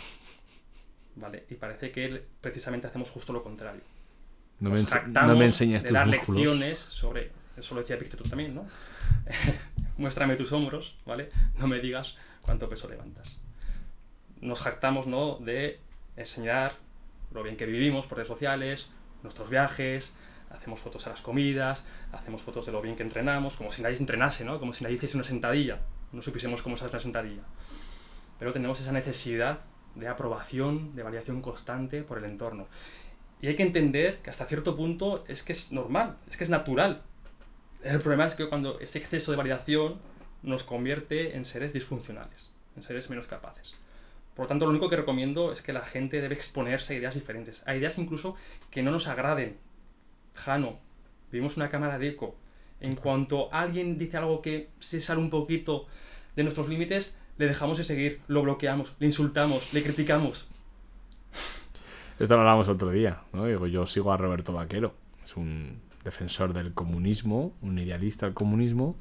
¿Vale? Y parece que precisamente hacemos justo lo contrario. No me enseñes de tus dar músculos. lecciones sobre, eso lo decía Epictetus también, ¿no? Muéstrame tus hombros, ¿vale? No me digas cuánto peso levantas. Nos jactamos, ¿no?, de enseñar lo bien que vivimos por redes sociales, nuestros viajes, hacemos fotos a las comidas, hacemos fotos de lo bien que entrenamos, como si nadie entrenase, ¿no? Como si nadie hiciese una sentadilla, no supiésemos cómo se hace una sentadilla. Pero tenemos esa necesidad de aprobación, de validación constante por el entorno. Y hay que entender que hasta cierto punto es que es normal, es que es natural. El problema es que cuando ese exceso de validación nos convierte en seres disfuncionales, en seres menos capaces. Por lo tanto, lo único que recomiendo es que la gente debe exponerse a ideas diferentes, a ideas incluso que no nos agraden. Jano, vivimos una cámara de eco. En cuanto alguien dice algo que se sale un poquito de nuestros límites, le dejamos de seguir, lo bloqueamos, le insultamos, le criticamos. Esto lo hablábamos otro día, ¿no? Digo, yo sigo a Roberto Vaquero, es un defensor del comunismo, un idealista del comunismo,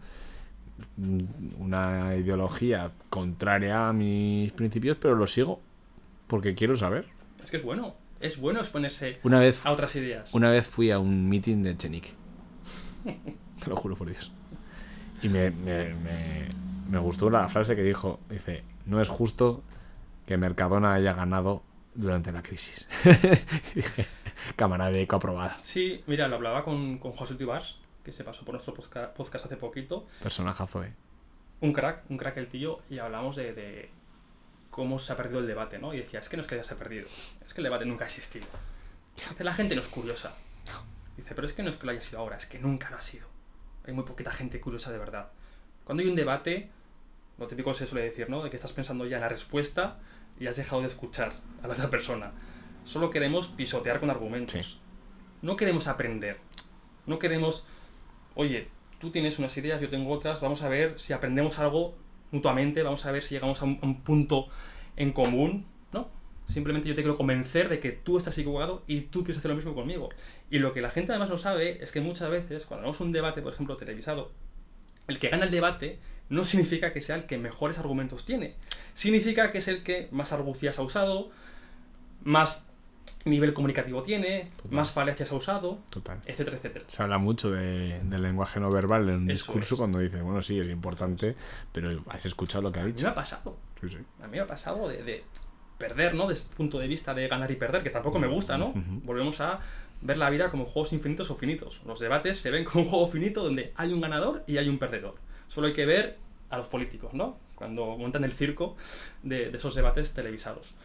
una ideología contraria a mis principios, pero lo sigo porque quiero saber. Es que es bueno exponerse a otras ideas. Una vez fui a un meeting de Echenique, te lo juro por Dios, y me gustó la frase que dijo, dice, no es justo que Mercadona haya ganado durante la crisis. Dije, cámara de eco aprobada. Sí, mira, lo hablaba con José Tibars, que se pasó por nuestro podcast hace poquito. Personajazo, Un crack el tío, y hablamos de cómo se ha perdido el debate, ¿no? Y decía, es que no es que haya se perdido, es que el debate nunca ha existido. Dice, la gente no es curiosa. Dice, pero es que no es que lo haya sido ahora, es que nunca lo ha sido. Hay muy poquita gente curiosa de verdad. Cuando hay un debate, lo típico se suele decir, ¿no? De que estás pensando ya en la respuesta y has dejado de escuchar a la otra persona. Solo queremos pisotear con argumentos. Sí. No queremos aprender. No queremos, oye, tú tienes unas ideas, yo tengo otras, vamos a ver si aprendemos algo mutuamente, vamos a ver si llegamos a un punto en común, ¿no? Simplemente yo te quiero convencer de que tú estás equivocado y tú quieres hacer lo mismo conmigo. Y lo que la gente además no sabe es que muchas veces, cuando vemos un debate, por ejemplo, televisado, el que gana el debate no significa que sea el que mejores argumentos tiene. Significa que es el que más argucias ha usado, más nivel comunicativo tiene, Total. más falacias ha usado, Total. etcétera, etcétera. Se habla mucho del lenguaje no verbal en un Eso discurso es. cuando dices, bueno, sí, es importante, pero has escuchado lo que ha A mí me dicho. ha pasado. Sí, sí. A mí me ha pasado de perder, ¿no? Desde el punto de vista de ganar y perder, que tampoco me gusta, ¿no? Ujú. Volvemos a ver la vida como juegos infinitos o finitos. Los debates se ven como un juego finito donde hay un ganador y hay un perdedor. Solo hay que ver a los políticos, ¿no? Cuando montan el circo de esos debates televisados.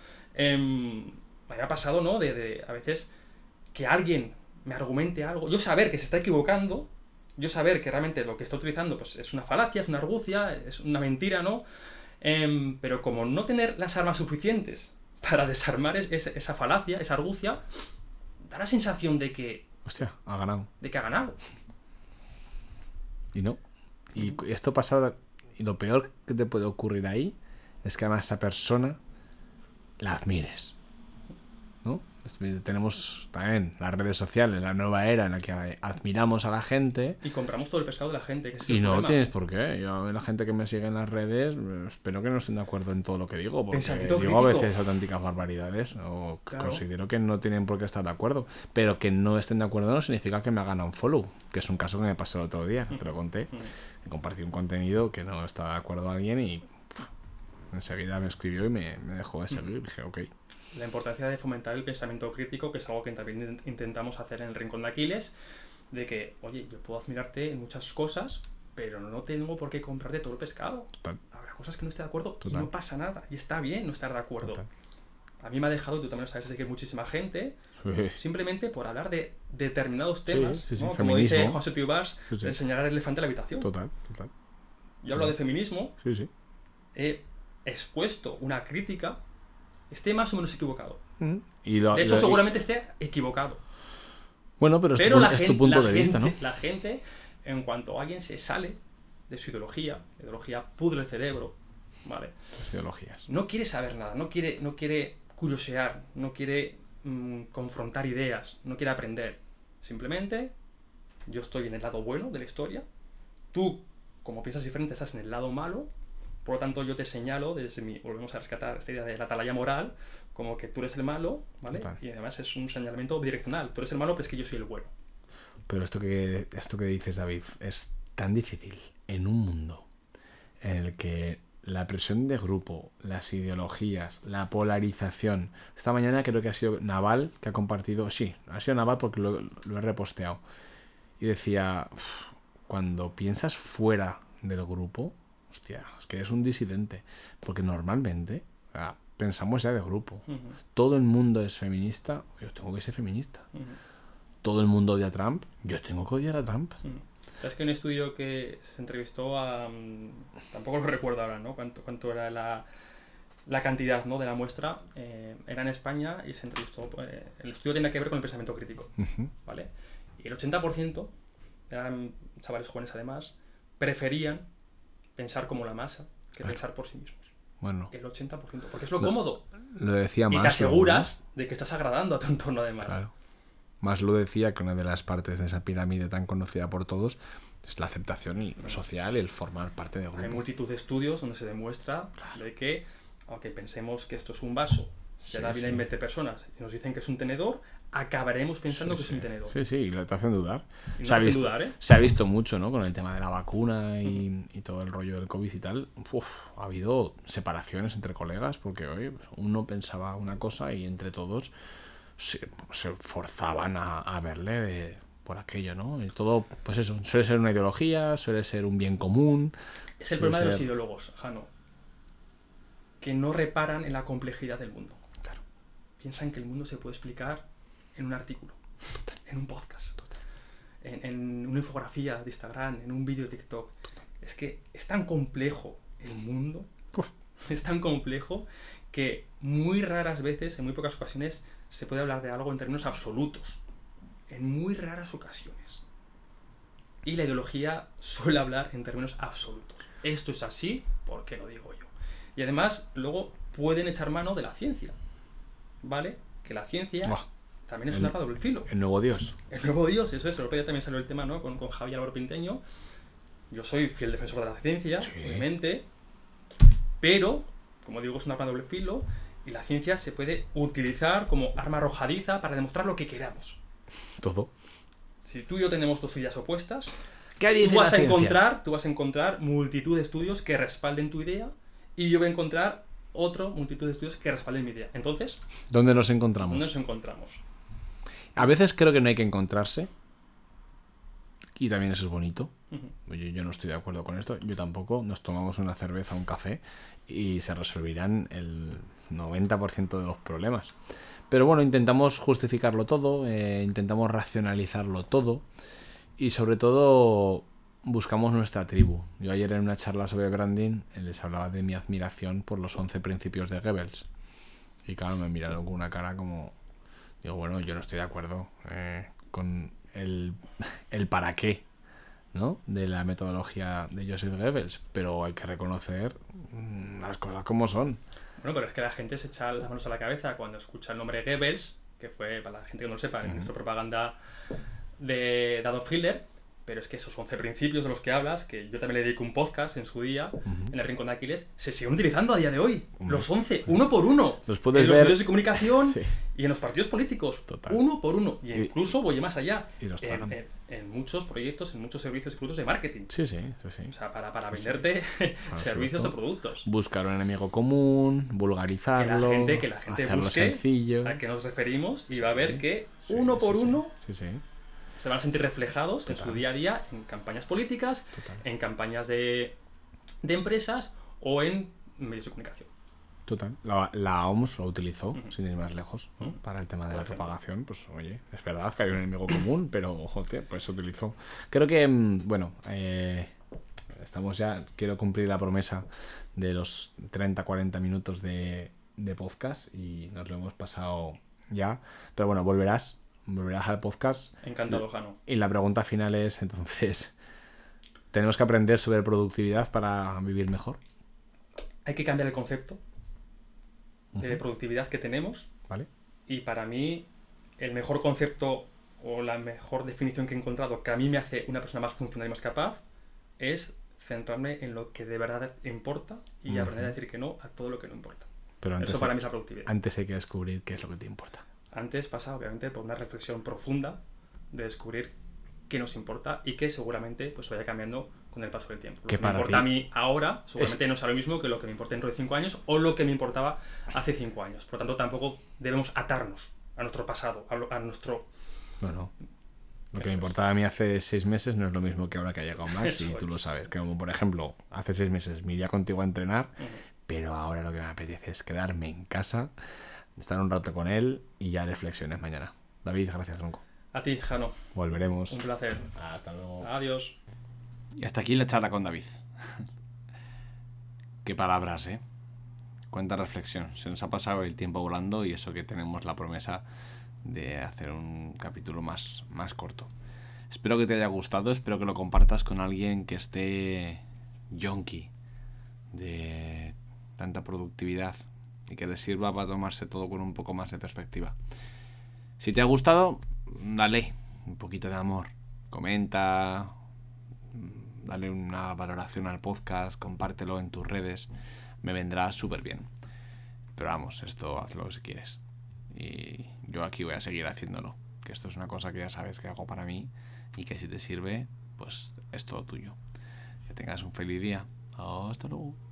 Me ha pasado, ¿no? De a veces que alguien me argumente algo, yo saber que se está equivocando, yo saber que realmente lo que está utilizando pues, es una falacia, es una argucia, es una mentira, ¿no? Pero como no tener las armas suficientes para desarmar esa falacia, esa argucia, da la sensación de que Hostia, ha ganado. ha ganado. Y no. Y esto pasa, y lo peor que te puede ocurrir ahí es que además esa persona la admires, ¿no? Tenemos también las redes sociales, la nueva era en la que admiramos a la gente Y compramos todo el pescado de la gente. Que ese es y el no problema. tienes por qué. Yo, la gente que me sigue en las redes, espero que no estén de acuerdo en todo lo que digo, porque Pensamiento digo a crítico. veces auténticas barbaridades o que Claro. considero que no tienen por qué estar de acuerdo, pero que no estén de acuerdo no significa que me hagan un follow, que es un caso que me pasó el otro día, te lo conté. Compartí un contenido que no estaba de acuerdo a alguien y enseguida me escribió y me dejó de seguir y dije, ok. La importancia de fomentar el pensamiento crítico, que es algo que también intentamos hacer en el Rincón de Aquiles, de que, oye, yo puedo admirarte en muchas cosas, pero no tengo por qué comprarte todo el pescado. Total. Habrá cosas que no esté de acuerdo y Total. no pasa nada, y está bien no estar de acuerdo. Total. A mí me ha dejado, y tú también lo sabes, seguir muchísima gente, Sí. simplemente por hablar de determinados temas, sí, sí, ¿no? Como feminismo. dice José Tubars, Sí, sí. de enseñar al elefante en la habitación. Total. Yo hablo de feminismo, Sí, sí. he expuesto una crítica, esté más o menos equivocado. Y lo- De hecho, lo- seguramente esté equivocado. Bueno, pero, Pero es tu punto de vista, ¿no? La gente, en cuanto alguien se sale de su ideología, la ideología pudre el cerebro, ¿vale? Las ideologías. No quiere saber nada, no quiere curiosear, no quiere confrontar ideas, no quiere aprender. Simplemente, yo estoy en el lado bueno de la historia, tú, como piensas diferente, estás en el lado malo, por lo tanto yo te señalo, volvemos a rescatar esta idea de la atalaya moral, como que tú eres el malo, ¿vale? Total. Y además es un señalamiento direccional, tú eres el malo, pero es que yo soy el bueno. Pero esto que dices, David, es tan difícil en un mundo en el que la presión de grupo, las ideologías, la polarización. Esta mañana creo que ha sido Naval que ha compartido. Sí, ha sido Naval porque lo he reposteado. Y decía, cuando piensas fuera del grupo, hostia, es que eres un disidente. Porque normalmente pensamos ya de grupo. Todo el mundo es feminista, yo tengo que ser feminista. Todo el mundo odia a Trump, yo tengo que odiar a Trump. ¿Sabes que un estudio que se entrevistó a... tampoco lo recuerdo ahora, ¿no? Cuánto era la cantidad, ¿no? de la muestra. Era en España y se entrevistó... el estudio tenía que ver con el pensamiento crítico, ¿vale? Y el 80%, eran chavales jóvenes además, preferían pensar como la masa que pensar por sí mismos. Bueno, El 80%, porque es lo cómodo. lo decía Y más. te aseguras de que estás agradando a tu entorno además. Claro. Más lo decía que una de las partes de esa pirámide tan conocida por todos es la aceptación social y el formar parte de Hay grupo. multitud de estudios donde se demuestra de que, aunque pensemos que esto es un vaso, si ahora vienen 20 personas y nos dicen que es un tenedor, acabaremos pensando que es un tenedor. Sí, y te hacen dudar. Y no Se ha te hacen visto, dudar, ¿eh? se ha visto mucho, ¿no? Con el tema de la vacuna y todo el rollo del COVID y tal. Ha habido separaciones entre colegas porque hoy uno pensaba una cosa y entre todos se forzaban a verle por aquello, ¿no? Y todo, pues eso, suele ser una ideología, suele ser un bien común. Es el suele problema de los ser- ideólogos, Jano, que no reparan en la complejidad del mundo. Claro. Piensan que el mundo se puede explicar en un artículo, en un podcast, en una infografía de Instagram, en un vídeo de TikTok. Es que es tan complejo el mundo, es tan complejo que muy raras veces, en muy pocas ocasiones, se puede hablar de algo en términos absolutos. En muy raras ocasiones. Y la ideología suele hablar en términos absolutos. Esto es así porque lo digo yo. Y además, luego pueden echar mano de la ciencia. ¿Vale? Que la ciencia Buah, también es un arma de doble filo. el nuevo Dios. El nuevo Dios, eso es. El otro día también salió el tema, ¿no? Con Javier Álvaro Pinteño. Yo soy fiel defensor de la ciencia, Sí. obviamente. Pero, como digo, es un arma de doble filo. Y la ciencia se puede utilizar como arma arrojadiza para demostrar lo que queramos. Todo. Si tú y yo tenemos dos ideas opuestas, ¿Qué dice tú vas la a ciencia? encontrar multitud de estudios que respalden tu idea y yo voy a encontrar multitud de estudios que respalden mi idea. Entonces, ¿Dónde nos encontramos? nos encontramos. A veces creo que no hay que encontrarse. Y también eso es bonito. Ujú. Oye, yo no estoy de acuerdo con esto. Yo tampoco. Nos tomamos una cerveza, un café y se resolverán el 90% de los problemas. Pero bueno, intentamos justificarlo todo, intentamos racionalizarlo todo y sobre todo buscamos nuestra tribu. Yo ayer en una charla sobre branding les hablaba de mi admiración por los 11 principios de Goebbels. Y claro, me miraron con una cara como... Digo, bueno, yo no estoy de acuerdo con el para qué, ¿no? De la metodología de Joseph Goebbels, pero hay que reconocer las cosas como son. Bueno, pero es que la gente se echa las manos a la cabeza cuando escucha el nombre Goebbels, que fue, para la gente que no lo sepa, el ministro de propaganda de Adolf Hitler, pero es que esos 11 principios de los que hablas, que yo también le dediqué un podcast en su día, en el Rincón de Aquiles, se siguen utilizando a día de hoy. Los 11, uno por uno. Los puedes en los ver... medios de comunicación Sí. y en los partidos políticos. Total. Uno por uno. Y incluso voy más allá. Y los tragan. En muchos proyectos, en muchos servicios y productos de marketing. Sí, sí. O sea, para venderte servicios o productos. Buscar un enemigo común, vulgarizarlo, Que la gente hacerlo busque sencillo. a qué nos referimos y va a ver que Sí, uno por sí, uno Sí, sí. se van a sentir reflejados en Total. su día a día en campañas políticas, Total. en campañas de empresas o en medios de comunicación. Total. La OMS lo utilizó, sin ir más lejos, ¿no? Para el tema de Por la ejemplo. propagación. Pues oye, es verdad que hay un enemigo común, pero joder, pues se utilizó. Creo que, bueno, estamos ya, quiero cumplir la promesa de los 30-40 minutos de podcast y nos lo hemos pasado ya. Pero bueno, volverás al podcast. Encantado, Jano. Y la pregunta final es, entonces, ¿tenemos que aprender sobre productividad para vivir mejor? Hay que cambiar el concepto de productividad que tenemos ¿Vale? y para mí el mejor concepto o la mejor definición que he encontrado que a mí me hace una persona más funcional y más capaz es centrarme en lo que de verdad importa y aprender a decir que no a todo lo que no importa. Pero antes, Eso para mí es la productividad. antes hay que descubrir qué es lo que te importa. Antes pasa, obviamente, por una reflexión profunda de descubrir qué nos importa y que seguramente pues vaya cambiando con el paso del tiempo. Lo Que que me para importa ti a mí ahora seguramente no será lo mismo que lo que me importa dentro de 5 años o lo que me importaba hace 5 años. Por lo tanto, tampoco debemos atarnos a nuestro pasado, a nuestro... Bueno, lo que me importaba a mí hace 6 meses no es lo mismo que ahora que ha llegado Max, y Eso tú es. lo sabes. Que como por ejemplo, hace 6 meses me iría contigo a entrenar, pero ahora lo que me apetece es quedarme en casa, estar un rato con él y ya reflexiones mañana. David, gracias, tronco. A ti, Jano. Volveremos. Un placer. Hasta luego. Adiós. Y hasta aquí la charla con David. Qué palabras, ¿eh? Cuánta reflexión. Se nos ha pasado el tiempo volando y eso que tenemos la promesa de hacer un capítulo más corto. Espero que te haya gustado, espero que lo compartas con alguien que esté yonki de tanta productividad y que le sirva para tomarse todo con un poco más de perspectiva. Si te ha gustado, dale un poquito de amor. Comenta, dale una valoración al podcast, compártelo en tus redes. Me vendrá súper bien. Pero vamos, esto hazlo si quieres. Y yo aquí voy a seguir haciéndolo. Que esto es una cosa que ya sabes que hago para mí y que si te sirve, pues es todo tuyo. Que tengas un feliz día. Hasta luego.